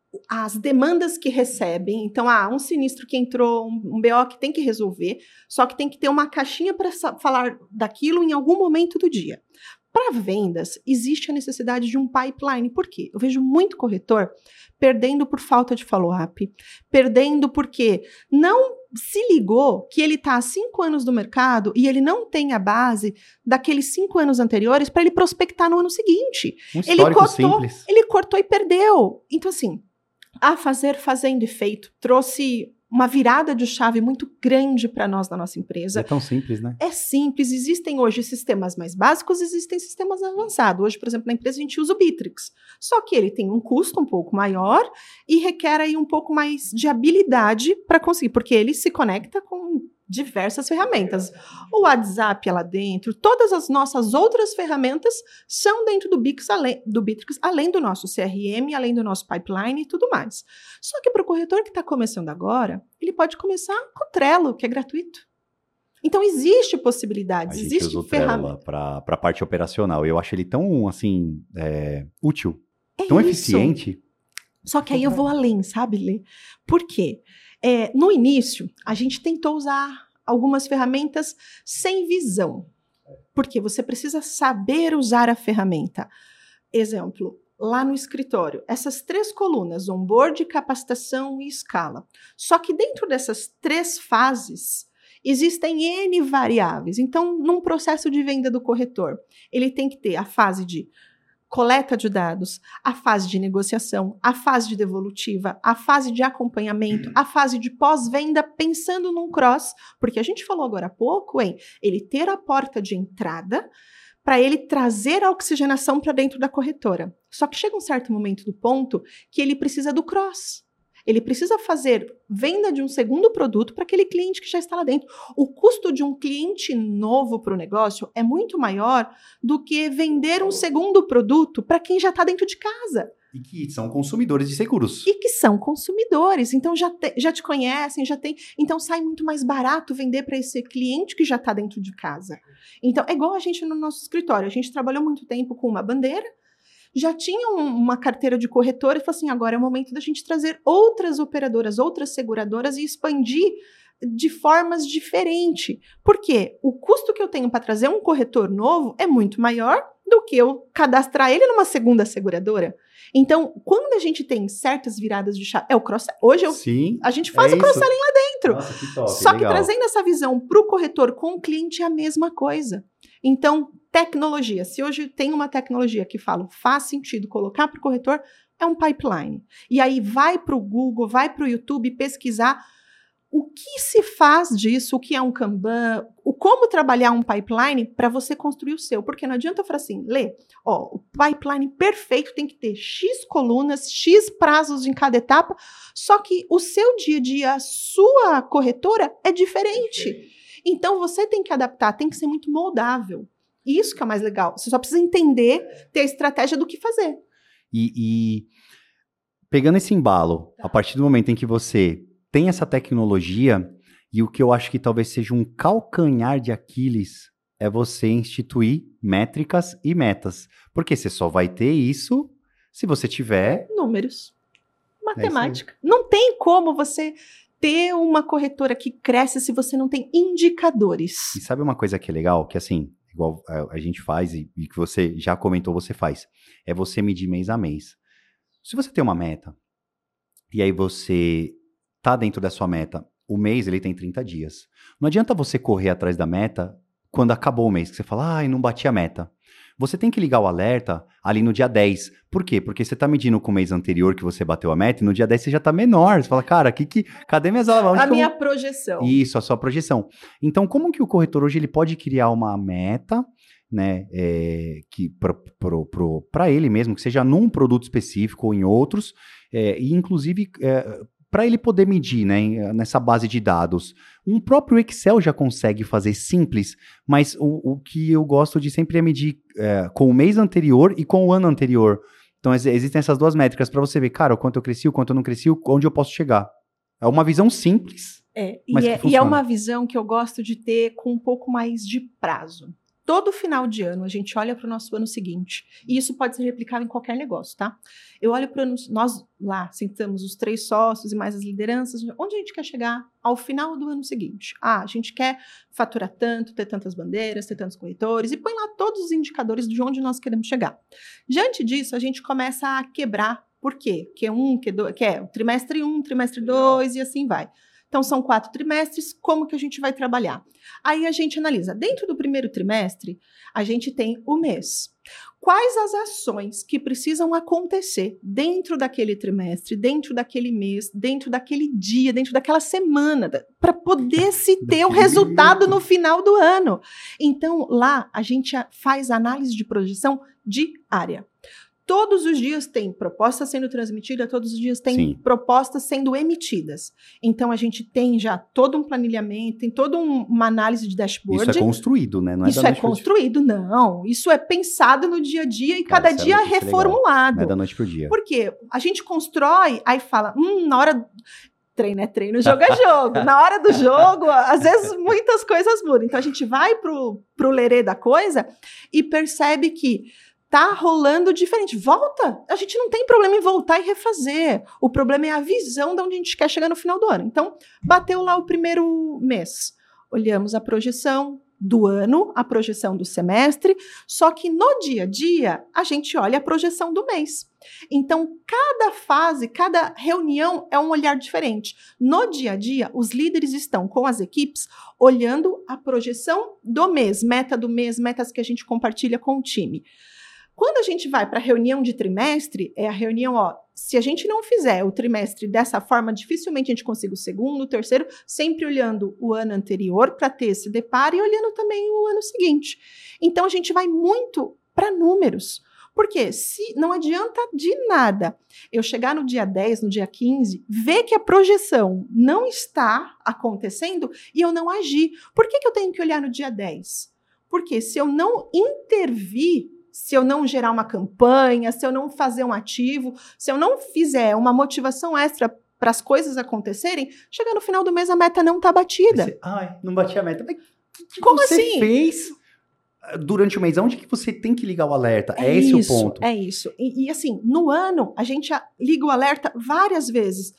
as demandas que recebem. Então, ah, um sinistro que entrou, um, um B O que tem que resolver, só que tem que ter uma caixinha para falar daquilo em algum momento do dia. Para vendas, existe a necessidade de um pipeline. Por quê? Eu vejo muito corretor perdendo por falta de follow-up, perdendo porque não se ligou que ele está há cinco anos no mercado e ele não tem a base daqueles cinco anos anteriores para ele prospectar no ano seguinte. Um histórico ele cortou, simples. Ele cortou e perdeu. Então, assim, a fazer, fazendo e feito, trouxe uma virada de chave muito grande para nós na nossa empresa. É tão simples, né? É simples. Existem hoje sistemas mais básicos, existem sistemas avançados. Hoje, por exemplo, na empresa a gente usa o Bitrix. Só que ele tem um custo um pouco maior e requer aí um pouco mais de habilidade para conseguir, porque ele se conecta com diversas ferramentas. O WhatsApp é lá dentro, todas as nossas outras ferramentas são dentro do Bitrix, além do, Bitrix, além do nosso C R M, além do nosso pipeline e tudo mais. Só que para o corretor que está começando agora, ele pode começar com o Trello, que é gratuito. Então, existe possibilidades, a gente existe usa o Trello ferramenta. para a parte operacional. Eu acho ele tão, assim, é, útil, É tão isso. eficiente. Só que aí eu vou além, sabe, Lê? Por quê? É, no início, a gente tentou usar algumas ferramentas sem visão. Porque você precisa saber usar a ferramenta. Exemplo, lá no escritório, essas três colunas, onboard, capacitação e escala. Só que dentro dessas três fases, existem N variáveis. Então, num processo de venda do corretor, ele tem que ter a fase de coleta de dados, a fase de negociação, a fase de devolutiva, a fase de acompanhamento, a fase de pós-venda, pensando num cross, porque a gente falou agora há pouco em ele ter a porta de entrada para ele trazer a oxigenação para dentro da corretora. Só que chega um certo momento do ponto que ele precisa do cross. Ele precisa fazer venda de um segundo produto para aquele cliente que já está lá dentro. O custo de um cliente novo para o negócio é muito maior do que vender um segundo produto para quem já está dentro de casa. E que são consumidores de seguros. E que são consumidores. Então, já, te, já te conhecem, já tem... Então, sai muito mais barato vender para esse cliente que já está dentro de casa. Então, é igual a gente no nosso escritório. A gente trabalhou muito tempo com uma bandeira, já tinha um, uma carteira de corretora e falou assim, agora é o momento da gente trazer outras operadoras, outras seguradoras e expandir de formas diferentes. Por quê? O custo que eu tenho para trazer um corretor novo é muito maior do que eu cadastrar ele numa segunda seguradora. Então, quando a gente tem certas viradas de chave, é o cross, hoje eu, Sim, a gente faz é o cross-selling lá dentro. Nossa, que top, Só legal. que trazendo essa visão para o corretor com o cliente é a mesma coisa. Então, tecnologia. Se hoje tem uma tecnologia que fala faz sentido colocar para o corretor, é um pipeline. E aí vai para o Google, vai para o YouTube pesquisar o que se faz disso, o que é um Kanban, o como trabalhar um pipeline para você construir o seu. Porque não adianta eu falar assim, Lê, ó, o pipeline perfeito tem que ter X colunas, X prazos em cada etapa, só que o seu dia a dia, a sua corretora é diferente. Então, você tem que adaptar, tem que ser muito moldável. Isso que é o mais legal. Você só precisa entender, ter a estratégia do que fazer. E, e pegando esse embalo, a partir do momento em que você tem essa tecnologia, e o que eu acho que talvez seja um calcanhar de Aquiles é você instituir métricas e metas. Porque você só vai ter isso se você tiver... números. Matemática. É não tem como você ter uma corretora que cresce se você não tem indicadores. E sabe uma coisa que é legal? Que assim, igual a, a gente faz e, e que você já comentou, você faz. É você medir mês a mês. Se você tem uma meta, e aí você... tá dentro da sua meta, o mês ele tem trinta dias. Não adianta você correr atrás da meta quando acabou o mês, que você fala, ai, não bati a meta. Você tem que ligar o alerta ali no dia dez. Por quê? Porque você tá medindo com o mês anterior que você bateu a meta e no dia dez você já tá menor. Você fala, cara, que, que, cadê minhas alavancas? A minha eu... projeção. Isso, a sua projeção. Então, como que o corretor hoje ele pode criar uma meta, né, é, que para ele mesmo, que seja num produto específico ou em outros, é, e inclusive... É, para ele poder medir, né, nessa base de dados. Um próprio Excel já consegue fazer simples, mas o, o que eu gosto de sempre é medir é, com o mês anterior e com o ano anterior. Então, ex- existem essas duas métricas para você ver, cara, o quanto eu cresci, o quanto eu não cresci, onde eu posso chegar. É uma visão simples, é, mas e, que é, funciona. E é uma visão que eu gosto de ter com um pouco mais de prazo. Todo final de ano, a gente olha para o nosso ano seguinte. E isso pode ser replicado em qualquer negócio, tá? Eu olho para o ano... Nós lá sentamos os três sócios e mais as lideranças. Onde a gente quer chegar ao final do ano seguinte? Ah, a gente quer faturar tanto, ter tantas bandeiras, ter tantos corretores. E põe lá todos os indicadores de onde nós queremos chegar. Diante disso, a gente começa a quebrar. Por quê? Q um, Q dois, que é o trimestre um, trimestre dois e assim vai. Então, são quatro trimestres, como que a gente vai trabalhar? Aí a gente analisa. Dentro do primeiro trimestre, a gente tem o mês. Quais as ações que precisam acontecer dentro daquele trimestre, dentro daquele mês, dentro daquele dia, dentro daquela semana, para poder se ter o resultado no final do ano? Então, lá, a gente faz análise de projeção diária. Todos os dias tem proposta sendo transmitida, todos os dias tem Sim. propostas sendo emitidas. Então, a gente tem já todo um planilhamento, tem toda um, uma análise de dashboard. Isso é construído, né? Não é isso é construído, dia. Não. Isso é pensado no dia a dia e Cara, cada dia é reformulado. Não é da noite pro dia. Por quê? A gente constrói, aí fala, hum, na hora... Treino é treino, jogo é jogo. Na hora do jogo, às vezes muitas coisas mudam. Então, a gente vai pro, pro lerê da coisa e percebe que tá rolando diferente. Volta. A gente não tem problema em voltar e refazer. O problema é a visão de onde a gente quer chegar no final do ano. Então, bateu lá o primeiro mês. Olhamos a projeção do ano, a projeção do semestre, só que no dia a dia, a gente olha a projeção do mês. Então, cada fase, cada reunião é um olhar diferente. No dia a dia, os líderes estão com as equipes olhando a projeção do mês, meta do mês, metas que a gente compartilha com o time. Quando a gente vai para a reunião de trimestre, é a reunião, ó, se a gente não fizer o trimestre dessa forma, dificilmente a gente consiga o segundo, o terceiro, sempre olhando o ano anterior para ter esse deparo e olhando também o ano seguinte. Então, a gente vai muito para números. Porque se não adianta de nada eu chegar no dia dez, no dia quinze, ver que a projeção não está acontecendo e eu não agir. Por que que eu tenho que olhar no dia dez? Porque se eu não intervir, se eu não gerar uma campanha, se eu não fazer um ativo, se eu não fizer uma motivação extra para as coisas acontecerem, chegar no final do mês a meta não está batida. Você, ai, não bati a meta. Mas o que, que Como você assim? fez durante o mês? Onde que você tem que ligar o alerta? É, é esse isso, o ponto. É isso. E, e assim, no ano, a gente liga o alerta várias vezes.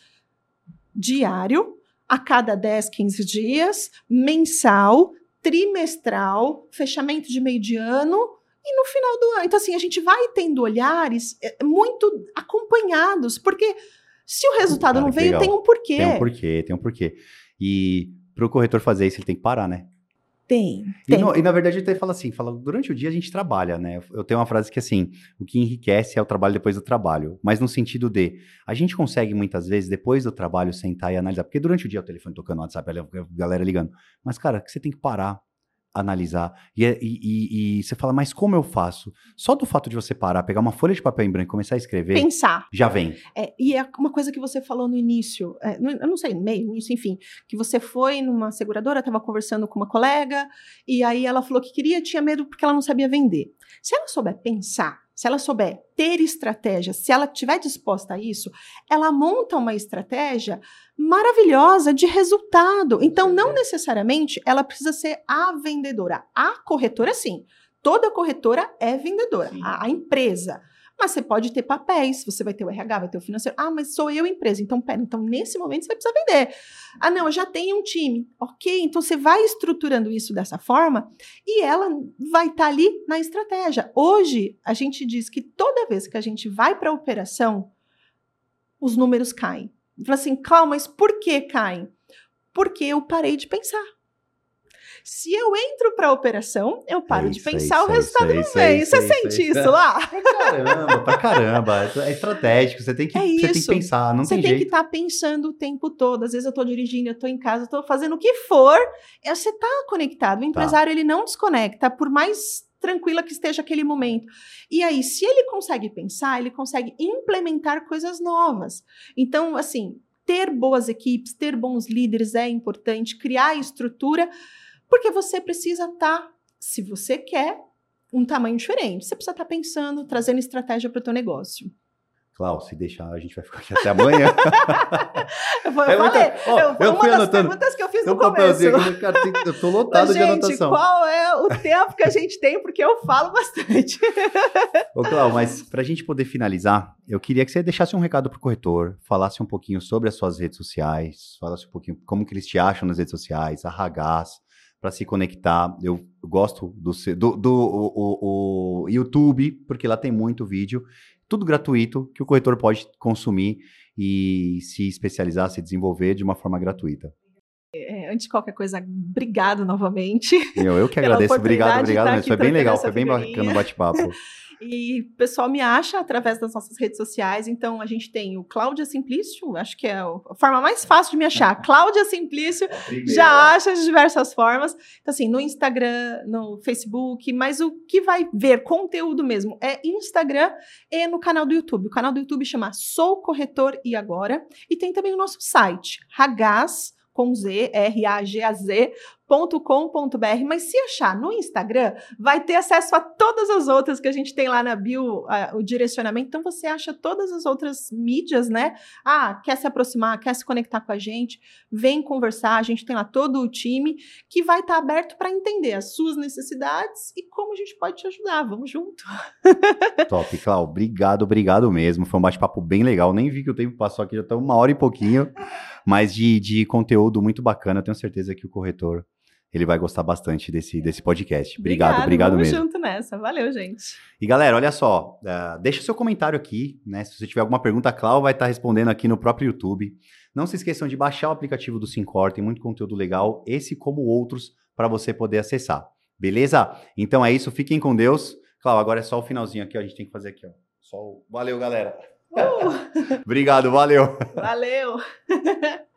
Diário, a cada dez, quinze dias, mensal, trimestral, fechamento de meio de ano, e no final do ano. Então, assim, a gente vai tendo olhares muito acompanhados, porque se o resultado Cara, não veio, legal. tem um porquê. Tem um porquê, tem um porquê. E para o corretor fazer isso, ele tem que parar, né? Tem, E, tem. no- e na verdade ele até fala assim, fala, durante o dia a gente trabalha, né? Eu tenho uma frase que assim, o que enriquece é o trabalho depois do trabalho. Mas no sentido de, a gente consegue muitas vezes, depois do trabalho, sentar e analisar. Porque durante o dia o telefone tocando no WhatsApp, a galera ligando. Mas, cara, que você tem que parar, analisar. E, é- e- e- e você fala, mas como eu faço? Só do fato de você parar, pegar uma folha de papel em branco e começar a escrever, Pensar. já vem. É, e é uma coisa que você falou no início, é, no- eu não sei, no meio, no início, enfim, que você foi numa seguradora, estava conversando com uma colega, e aí ela falou que queria, tinha medo porque ela não sabia vender. Se ela souber pensar, se ela souber ter estratégia, se ela estiver disposta a isso, ela monta uma estratégia maravilhosa de resultado. Então, não necessariamente ela precisa ser a vendedora. A corretora, sim. Toda corretora é vendedora, a, a empresa. Mas você pode ter papéis, você vai ter o R H, vai ter o financeiro. Ah, mas sou eu empresa. Então, pera, então nesse momento você vai precisar vender. Ah, não, eu já tenho um time. Ok, então você vai estruturando isso dessa forma e ela vai estar ali na estratégia. Hoje, a gente diz que toda vez que a gente vai para a operação, os números caem. Fala assim, calma, mas por que caem? Porque eu parei de pensar. Se eu entro para a operação, eu paro É de isso, é pensar, isso, o é resultado isso, é não isso, é vem. isso, Você é isso, sente é isso. isso lá? Pra caramba, pra caramba. É estratégico, você tem que, É você tem que isso. pensar, não Você tem tem que jeito. estar pensando o tempo todo. Às vezes eu estou dirigindo, eu estou em casa, eu estou fazendo o que for. é, Você está conectado. O empresário, ele não desconecta, por mais tranquila que esteja aquele momento. E aí, se ele consegue pensar, ele consegue implementar coisas novas. Então, assim, ter boas equipes, ter bons líderes é importante, criar estrutura, porque você precisa estar, se você quer, um tamanho diferente. Você precisa estar pensando, trazendo estratégia para o teu negócio. Cláudio, se deixar, a gente vai ficar aqui até amanhã. Eu, eu É muita- falei, ó, eu, eu uma fui das anotando. perguntas que eu fiz Tem um no começo. papelzinho aqui, cara, tem- eu tô lotado Mas, de gente, anotação. qual é o tempo que a gente tem? Porque eu falo bastante. Ô, Cláudio, mas pra gente poder finalizar, eu queria que você deixasse um recado pro corretor, falasse um pouquinho sobre as suas redes sociais, falasse um pouquinho como que eles te acham nas redes sociais, a Ragaz, para se conectar. Eu gosto do, se- do, do o, o- o YouTube, porque lá tem muito vídeo, tudo gratuito, que o corretor pode consumir e se especializar, se desenvolver de uma forma gratuita. É, antes de qualquer coisa, obrigado novamente. Meu, eu que Pela agradeço, obrigado, oportunidade de obrigado estar mesmo. aqui Foi bem trocando legal, essa foi bem figurinha. bacana o bate-papo. E o pessoal me acha através das nossas redes sociais. Então, a gente tem o Cláudia Simplício, acho que é a forma mais fácil de me achar. Cláudia Simplício, já acha de diversas formas. Então, assim, no Instagram, no Facebook, mas o que vai ver conteúdo mesmo é Instagram e no canal do YouTube. O canal do YouTube chama Sou Corretor e Agora. E tem também o nosso site, Ragaz, com Z, R A G A Z, ponto com ponto b r, mas se achar no Instagram, vai ter acesso a todas as outras que a gente tem lá na bio, a, o direcionamento, então você acha todas as outras mídias, né? Ah, quer se aproximar, quer se conectar com a gente, vem conversar, a gente tem lá todo o time que vai estar aberto para entender as suas necessidades e como a gente pode te ajudar, vamos junto. Top, Cláudio, obrigado, obrigado mesmo, foi um bate-papo bem legal, nem vi que o tempo passou aqui, já está uma hora e pouquinho, mas de, de conteúdo muito bacana, eu tenho certeza que o corretor, ele vai gostar bastante desse, desse podcast. Obrigado, Obrigado, obrigado vamos mesmo. junto nessa, valeu, gente. E galera, olha só, uh, deixa seu comentário aqui, né? Se você tiver alguma pergunta, a Cláudia vai estar respondendo aqui no próprio YouTube. Não se esqueçam de baixar o aplicativo do Syncor, tem muito conteúdo legal, esse como outros, para você poder acessar. Beleza? Então é isso, fiquem com Deus. Cláudia, agora é só o finalzinho aqui, ó, a gente tem que fazer aqui, ó. Só o... Valeu, galera. Uh, Obrigado, valeu. valeu.